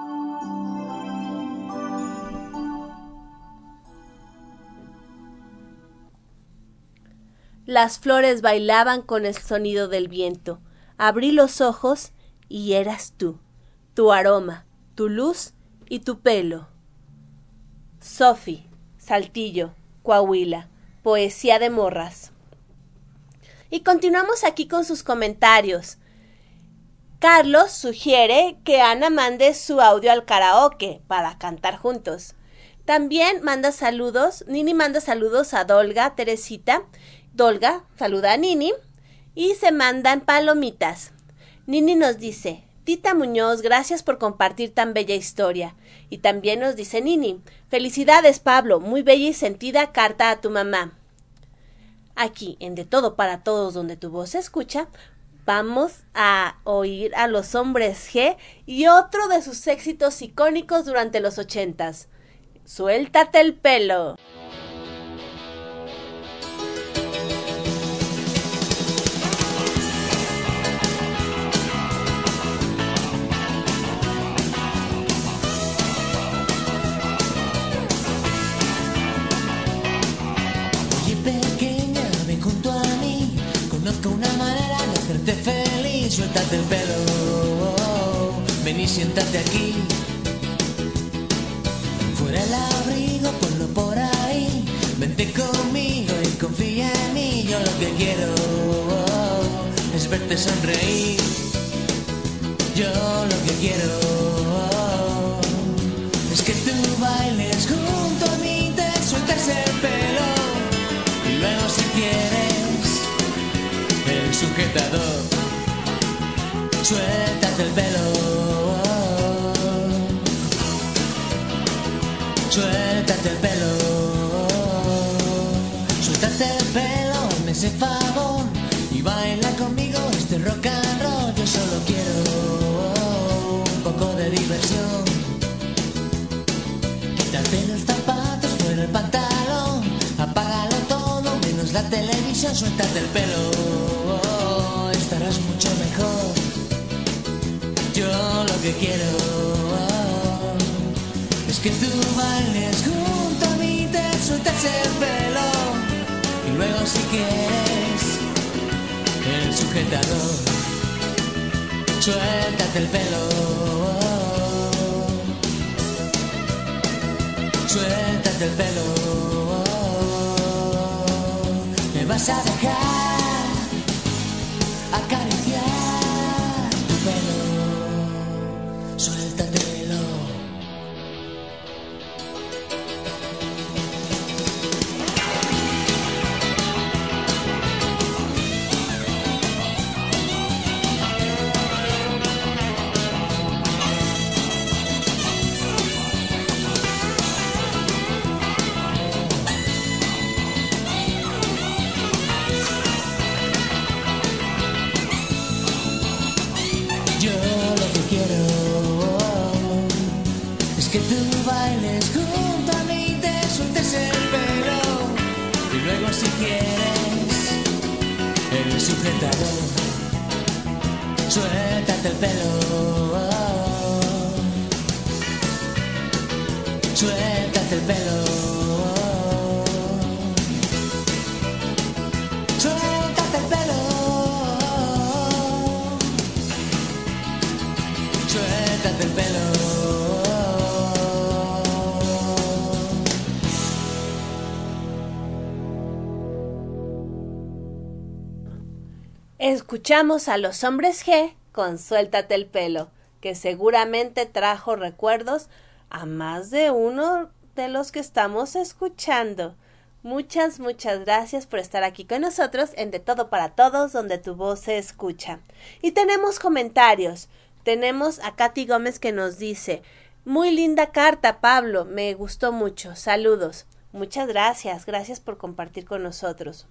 Las flores bailaban con el sonido del viento. Abrí los ojos y eras tú, tu aroma, tu luz y tu pelo. Sofi, Saltillo, Coahuila, poesía de morras. Y continuamos aquí con sus comentarios. Carlos sugiere que Ana mande su audio al karaoke para cantar juntos. También manda saludos, Nini manda saludos a Dolga, Teresita. Dolga saluda a Nini y se mandan palomitas. Nini nos dice: Tita Muñoz, gracias por compartir tan bella historia. Y también nos dice Nini: felicidades, Pablo, muy bella y sentida carta a tu mamá. Aquí, en De Todo para Todos, donde tu voz se escucha, vamos a oír a los Hombres G y otro de sus éxitos icónicos durante los ochentas. Suéltate el pelo. Feliz, suéltate el pelo, ven y siéntate aquí. Fuera el abrigo, ponlo por ahí. Vente conmigo y confía en mí. Yo lo que quiero es verte sonreír. Yo lo que quiero es que tú bailes junto a mí, te sueltes el pelo y luego si quieres el sujetador. Suéltate el pelo, suéltate el pelo, suéltate el pelo, hazme ese favor y baila conmigo este rock and roll. Yo solo quiero un poco de diversión. Quítate los zapatos, fuera el pantalón, apágalo todo menos la televisión. Suéltate el pelo, estarás mucho mejor. Yo lo que quiero es que tú bailes junto a mí, te sueltes el pelo y luego si quieres el sujetador. Suéltate el pelo, suéltate el pelo. Me vas a dejar acariciar tu pelo. Suéltatelo. Que tú bailes junto a mí, te sueltes el pelo y luego si quieres el sujetador. Suéltate el pelo, suéltate el pelo, suéltate el pelo, suéltate el pelo. Escuchamos a los Hombres G con Suéltate el pelo, que seguramente trajo recuerdos a más de uno de los que estamos escuchando. Muchas, muchas gracias por estar aquí con nosotros en De Todo para Todos, donde tu voz se escucha. Y tenemos comentarios. Tenemos a Katy Gómez que nos dice: muy linda carta, Pablo, me gustó mucho, saludos. Muchas gracias, gracias por compartir con nosotros.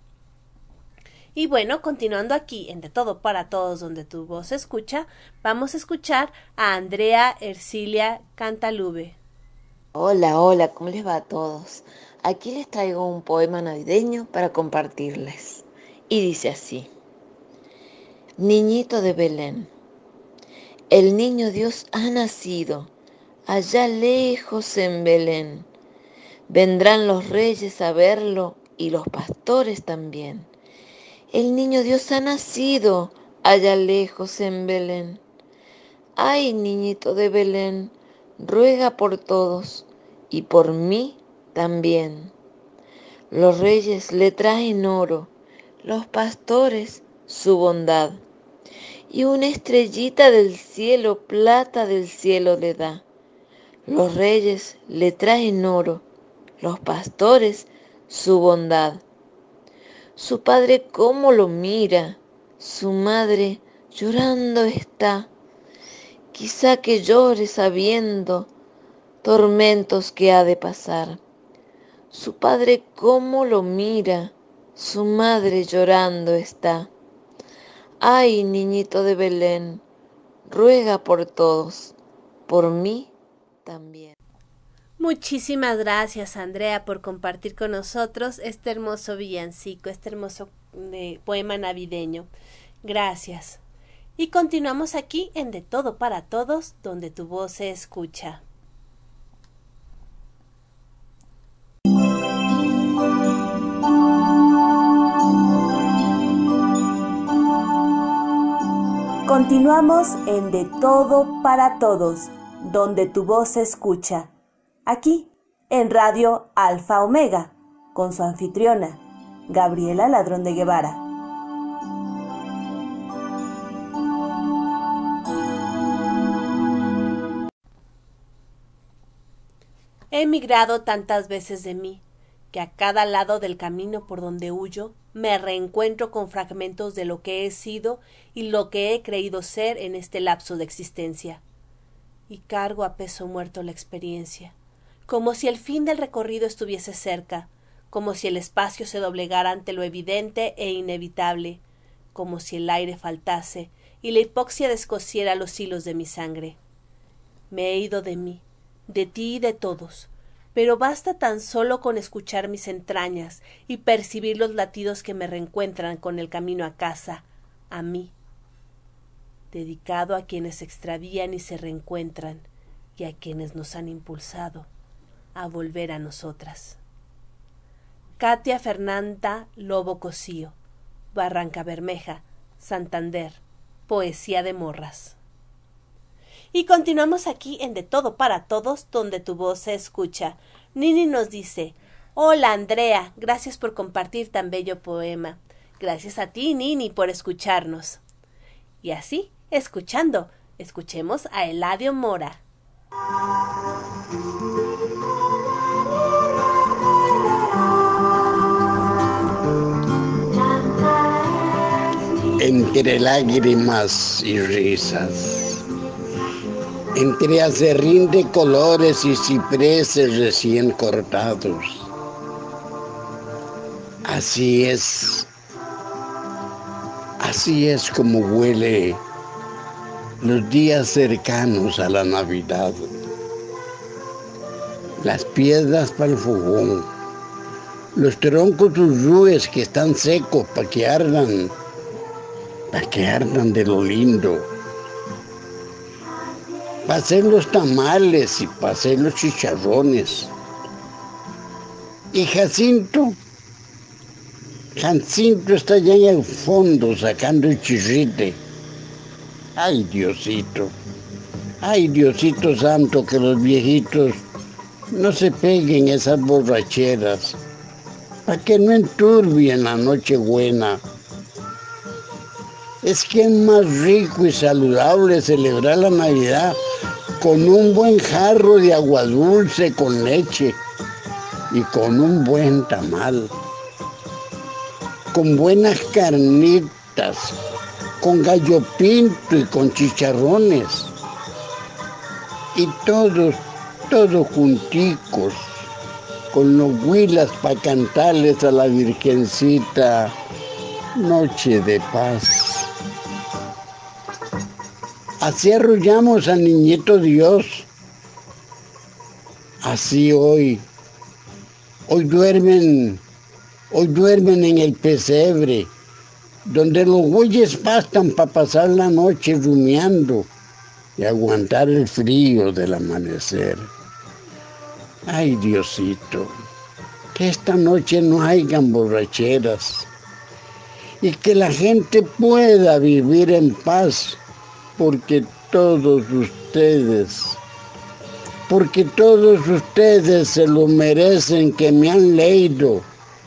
Y bueno, continuando aquí en De Todo para Todos, donde tu voz se escucha, vamos a escuchar a Andrea Ercilia Cantalube. Hola, hola, ¿cómo les va a todos? Aquí les traigo un poema navideño para compartirles. Y dice así: Niñito de Belén, el niño Dios ha nacido, allá lejos en Belén. Vendrán los reyes a verlo y los pastores también. El niño Dios ha nacido allá lejos en Belén. Ay, niñito de Belén, ruega por todos y por mí también. Los reyes le traen oro, los pastores su bondad. y una estrellita del cielo, plata del cielo le da. Los reyes le traen oro, los pastores su bondad. Su padre cómo lo mira, su madre llorando está. Quizá que llore sabiendo tormentos que ha de pasar. Su padre cómo lo mira, su madre llorando está. Ay, niñito de Belén, ruega por todos, por mí también. Muchísimas gracias, Andrea, por compartir con nosotros este hermoso villancico, este hermoso eh, poema navideño. Gracias. Y continuamos aquí en De Todo para Todos, donde tu voz se escucha. Continuamos en De Todo para Todos, donde tu voz se escucha. Aquí, en Radio Alfa Omega, con su anfitriona, Gabriela Ladrón de Guevara. He emigrado tantas veces de mí, que a cada lado del camino por donde huyo, me reencuentro con fragmentos de lo que he sido y lo que he creído ser en este lapso de existencia. Y cargo a peso muerto la experiencia, como si el fin del recorrido estuviese cerca, como si el espacio se doblegara ante lo evidente e inevitable, como si el aire faltase y la hipoxia descosiera los hilos de mi sangre. Me he ido de mí, de ti y de todos, pero basta tan solo con escuchar mis entrañas y percibir los latidos que me reencuentran con el camino a casa, a mí, dedicado a quienes se extravían y se reencuentran, y a quienes nos han impulsado a volver a nosotras. Katia Fernanda Lobo Cosío, Barranca Bermeja, Santander, Poesía de Morras. Y continuamos aquí en De Todo para Todos, donde tu voz se escucha. Nini nos dice: hola Andrea, gracias por compartir tan bello poema. Gracias a ti, Nini, por escucharnos. Y así, escuchando, escuchemos a Eladio Mora. Entre lágrimas y risas, entre acerrín de colores y cipreses recién cortados. Así es, así es como huele los días cercanos a la Navidad. Las piedras para el fogón, los troncos urrúes que están secos para que ardan, para que ardan de lo lindo. Para hacer los tamales y para hacer los chicharrones. Y Jacinto, Jacinto está allá en el fondo sacando el chirrite. Ay, Diosito, ay, Diosito santo, que los viejitos no se peguen esas borracheras, para que no enturbien la Nochebuena. Es que es más rico y saludable celebrar la Navidad con un buen jarro de agua dulce con leche y con un buen tamal, con buenas carnitas, con gallo pinto y con chicharrones, y todos, todos junticos, con los huilas para cantarles a la Virgencita Noche de Paz. Así arrullamos al niñito Dios. Así hoy, hoy duermen, hoy duermen en el pesebre, donde los bueyes pastan para pasar la noche rumiando y aguantar el frío del amanecer. Ay, Diosito, que esta noche no hayan borracheras y que la gente pueda vivir en paz, porque todos ustedes, porque todos ustedes se lo merecen, que me han leído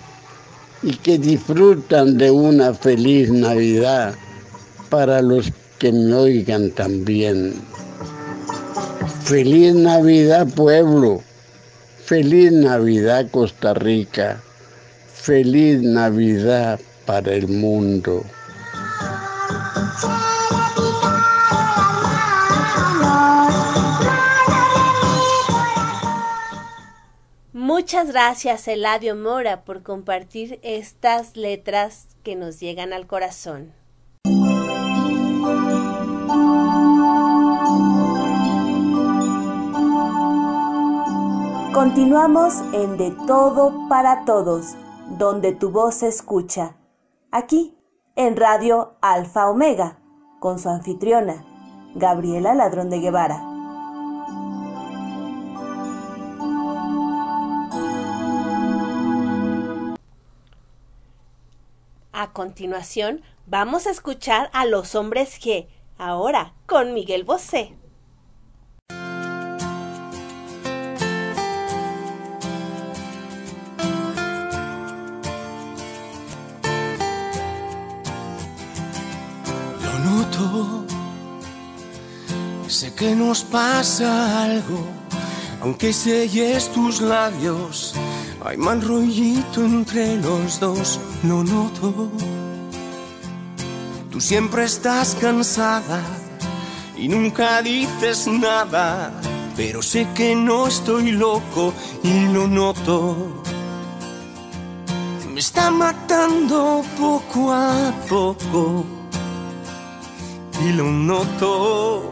y que disfrutan de una feliz Navidad para los que me oigan también. Feliz Navidad, pueblo. Feliz Navidad, Costa Rica. Feliz Navidad para el mundo. Muchas gracias, Eladio Mora, por compartir estas letras que nos llegan al corazón. Continuamos en De Todo para Todos, donde tu voz se escucha. Aquí, en Radio Alfa Omega, con su anfitriona, Gabriela Ladrón de Guevara. A continuación, vamos a escuchar a Los Hombres G, ahora con Miguel Bosé. Lo noto, sé que nos pasa algo, aunque selles tus labios. Hay mal rollito entre los dos, lo noto. Tú siempre estás cansada y nunca dices nada, pero sé que no estoy loco y lo noto. Me está matando poco a poco y lo noto.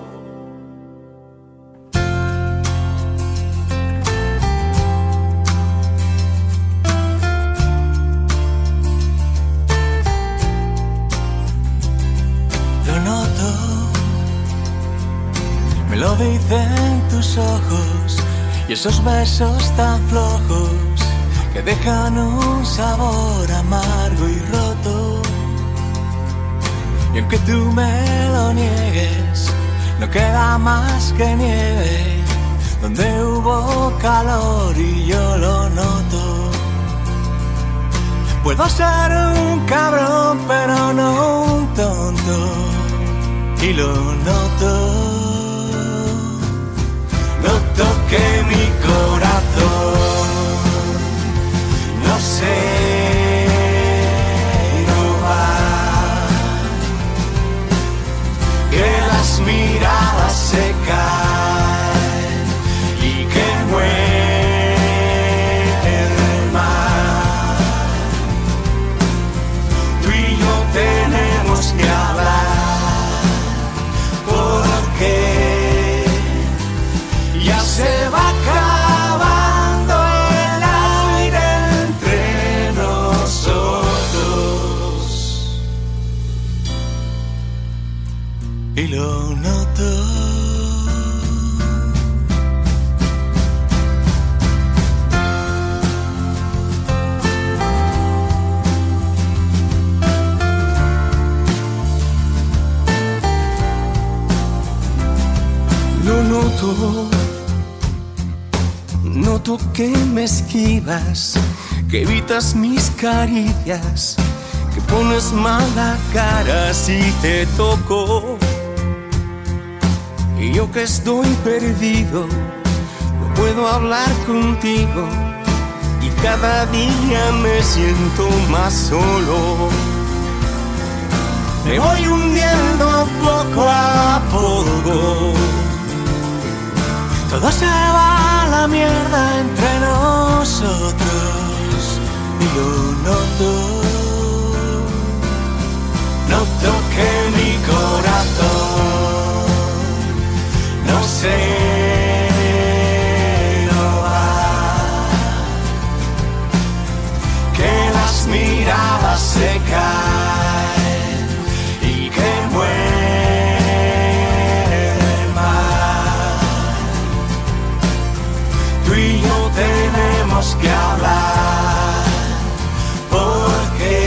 Me lo dicen tus ojos y esos besos tan flojos que dejan un sabor amargo y roto. Y aunque tú me lo niegues, no queda más que nieve donde hubo calor y yo lo noto. Puedo ser un cabrón pero no un tonto y lo noto. Noto que mi corazón no se no va, que las miradas se caen y que muere el mar. Tú y yo tenemos que hablar porque ya se va acabando el aire entre nosotros y lo noto. Lo noto. Noto que me esquivas, que evitas mis caricias, que pones mala cara si te toco. Y yo que estoy perdido, no puedo hablar contigo y cada día me siento más solo. Me voy hundiendo poco a poco. Todo se va a la mierda entre nosotros y lo noto. Noto que mi corazón no se no va, que las miradas se caen y que muere el mar. Tú y yo tenemos que hablar porque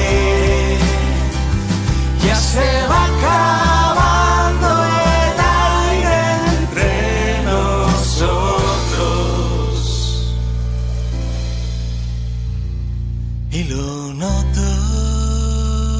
ya se va acabando el aire entre nosotros y lo noto.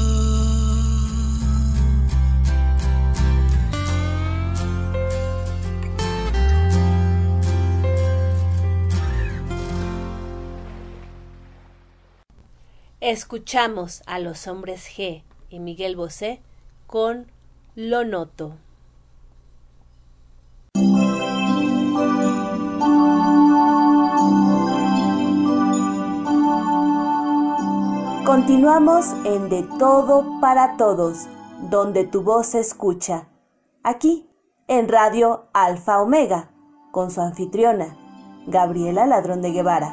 Escuchamos a los Hombres G y Miguel Bosé con Lo Noto. Continuamos en De Todo para Todos, donde tu voz se escucha. Aquí, en Radio Alfa Omega, con su anfitriona, Gabriela Ladrón de Guevara.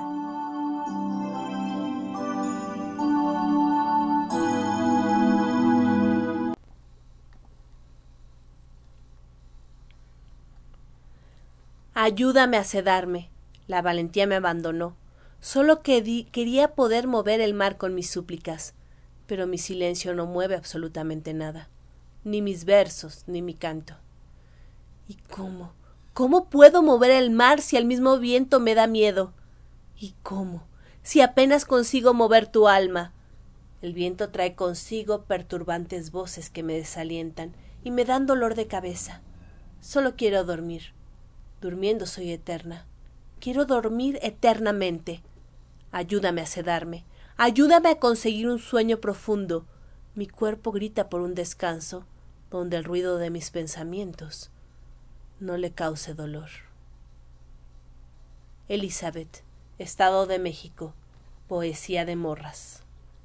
Ayúdame a sedarme. La valentía me abandonó. Solo que quería poder mover el mar con mis súplicas, pero mi silencio no mueve absolutamente nada, ni mis versos, ni mi canto. ¿Y cómo? ¿Cómo puedo mover el mar si el mismo viento me da miedo? ¿Y cómo? Si apenas consigo mover tu alma. El viento trae consigo perturbantes voces que me desalientan y me dan dolor de cabeza. Solo quiero dormir. Durmiendo soy eterna. Quiero dormir eternamente. Ayúdame a sedarme. Ayúdame a conseguir un sueño profundo. Mi cuerpo grita por un descanso, donde el ruido de mis pensamientos no le cause dolor. Elizabeth, Estado de México, Poesía de Morras.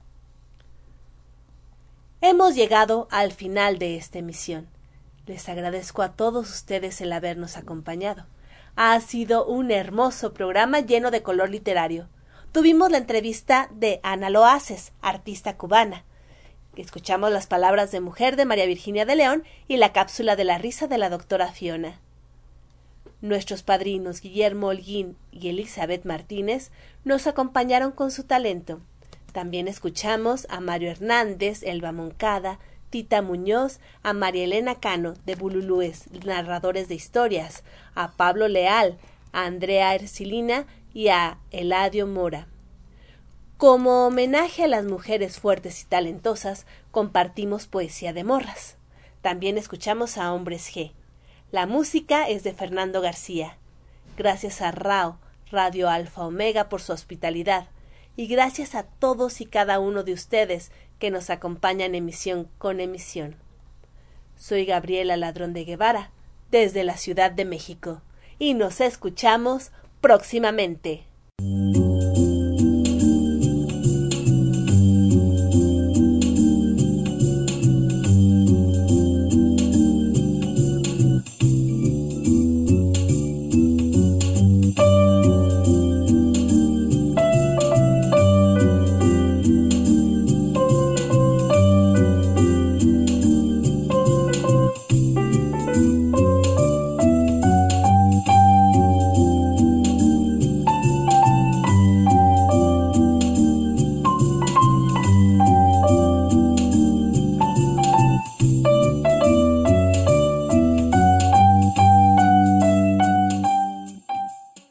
Hemos llegado al final de esta emisión. Les agradezco a todos ustedes el habernos acompañado. Ha sido un hermoso programa lleno de color literario. Tuvimos la entrevista de Ana Loaces, artista cubana. Escuchamos las palabras de mujer de María Virginia de León y la cápsula de la risa de la doctora Fiona. Nuestros padrinos Guillermo Holguín y Elizabeth Martínez nos acompañaron con su talento. También escuchamos a Mario Hernández, Elba Moncada, Tita Muñoz, a María Elena Cano de Bululúes, narradores de historias, a Pablo Leal, a Andrea Ercilina y a Eladio Mora. Como homenaje a las mujeres fuertes y talentosas, compartimos Poesía de Morras. También escuchamos a Hombres G. La música es de Fernando García. Gracias a RAO, Radio Alfa Omega, por su hospitalidad. Y gracias a todos y cada uno de ustedes que nos acompañan emisión con emisión. Soy Gabriela Ladrón de Guevara, desde la Ciudad de México, y nos escuchamos próximamente.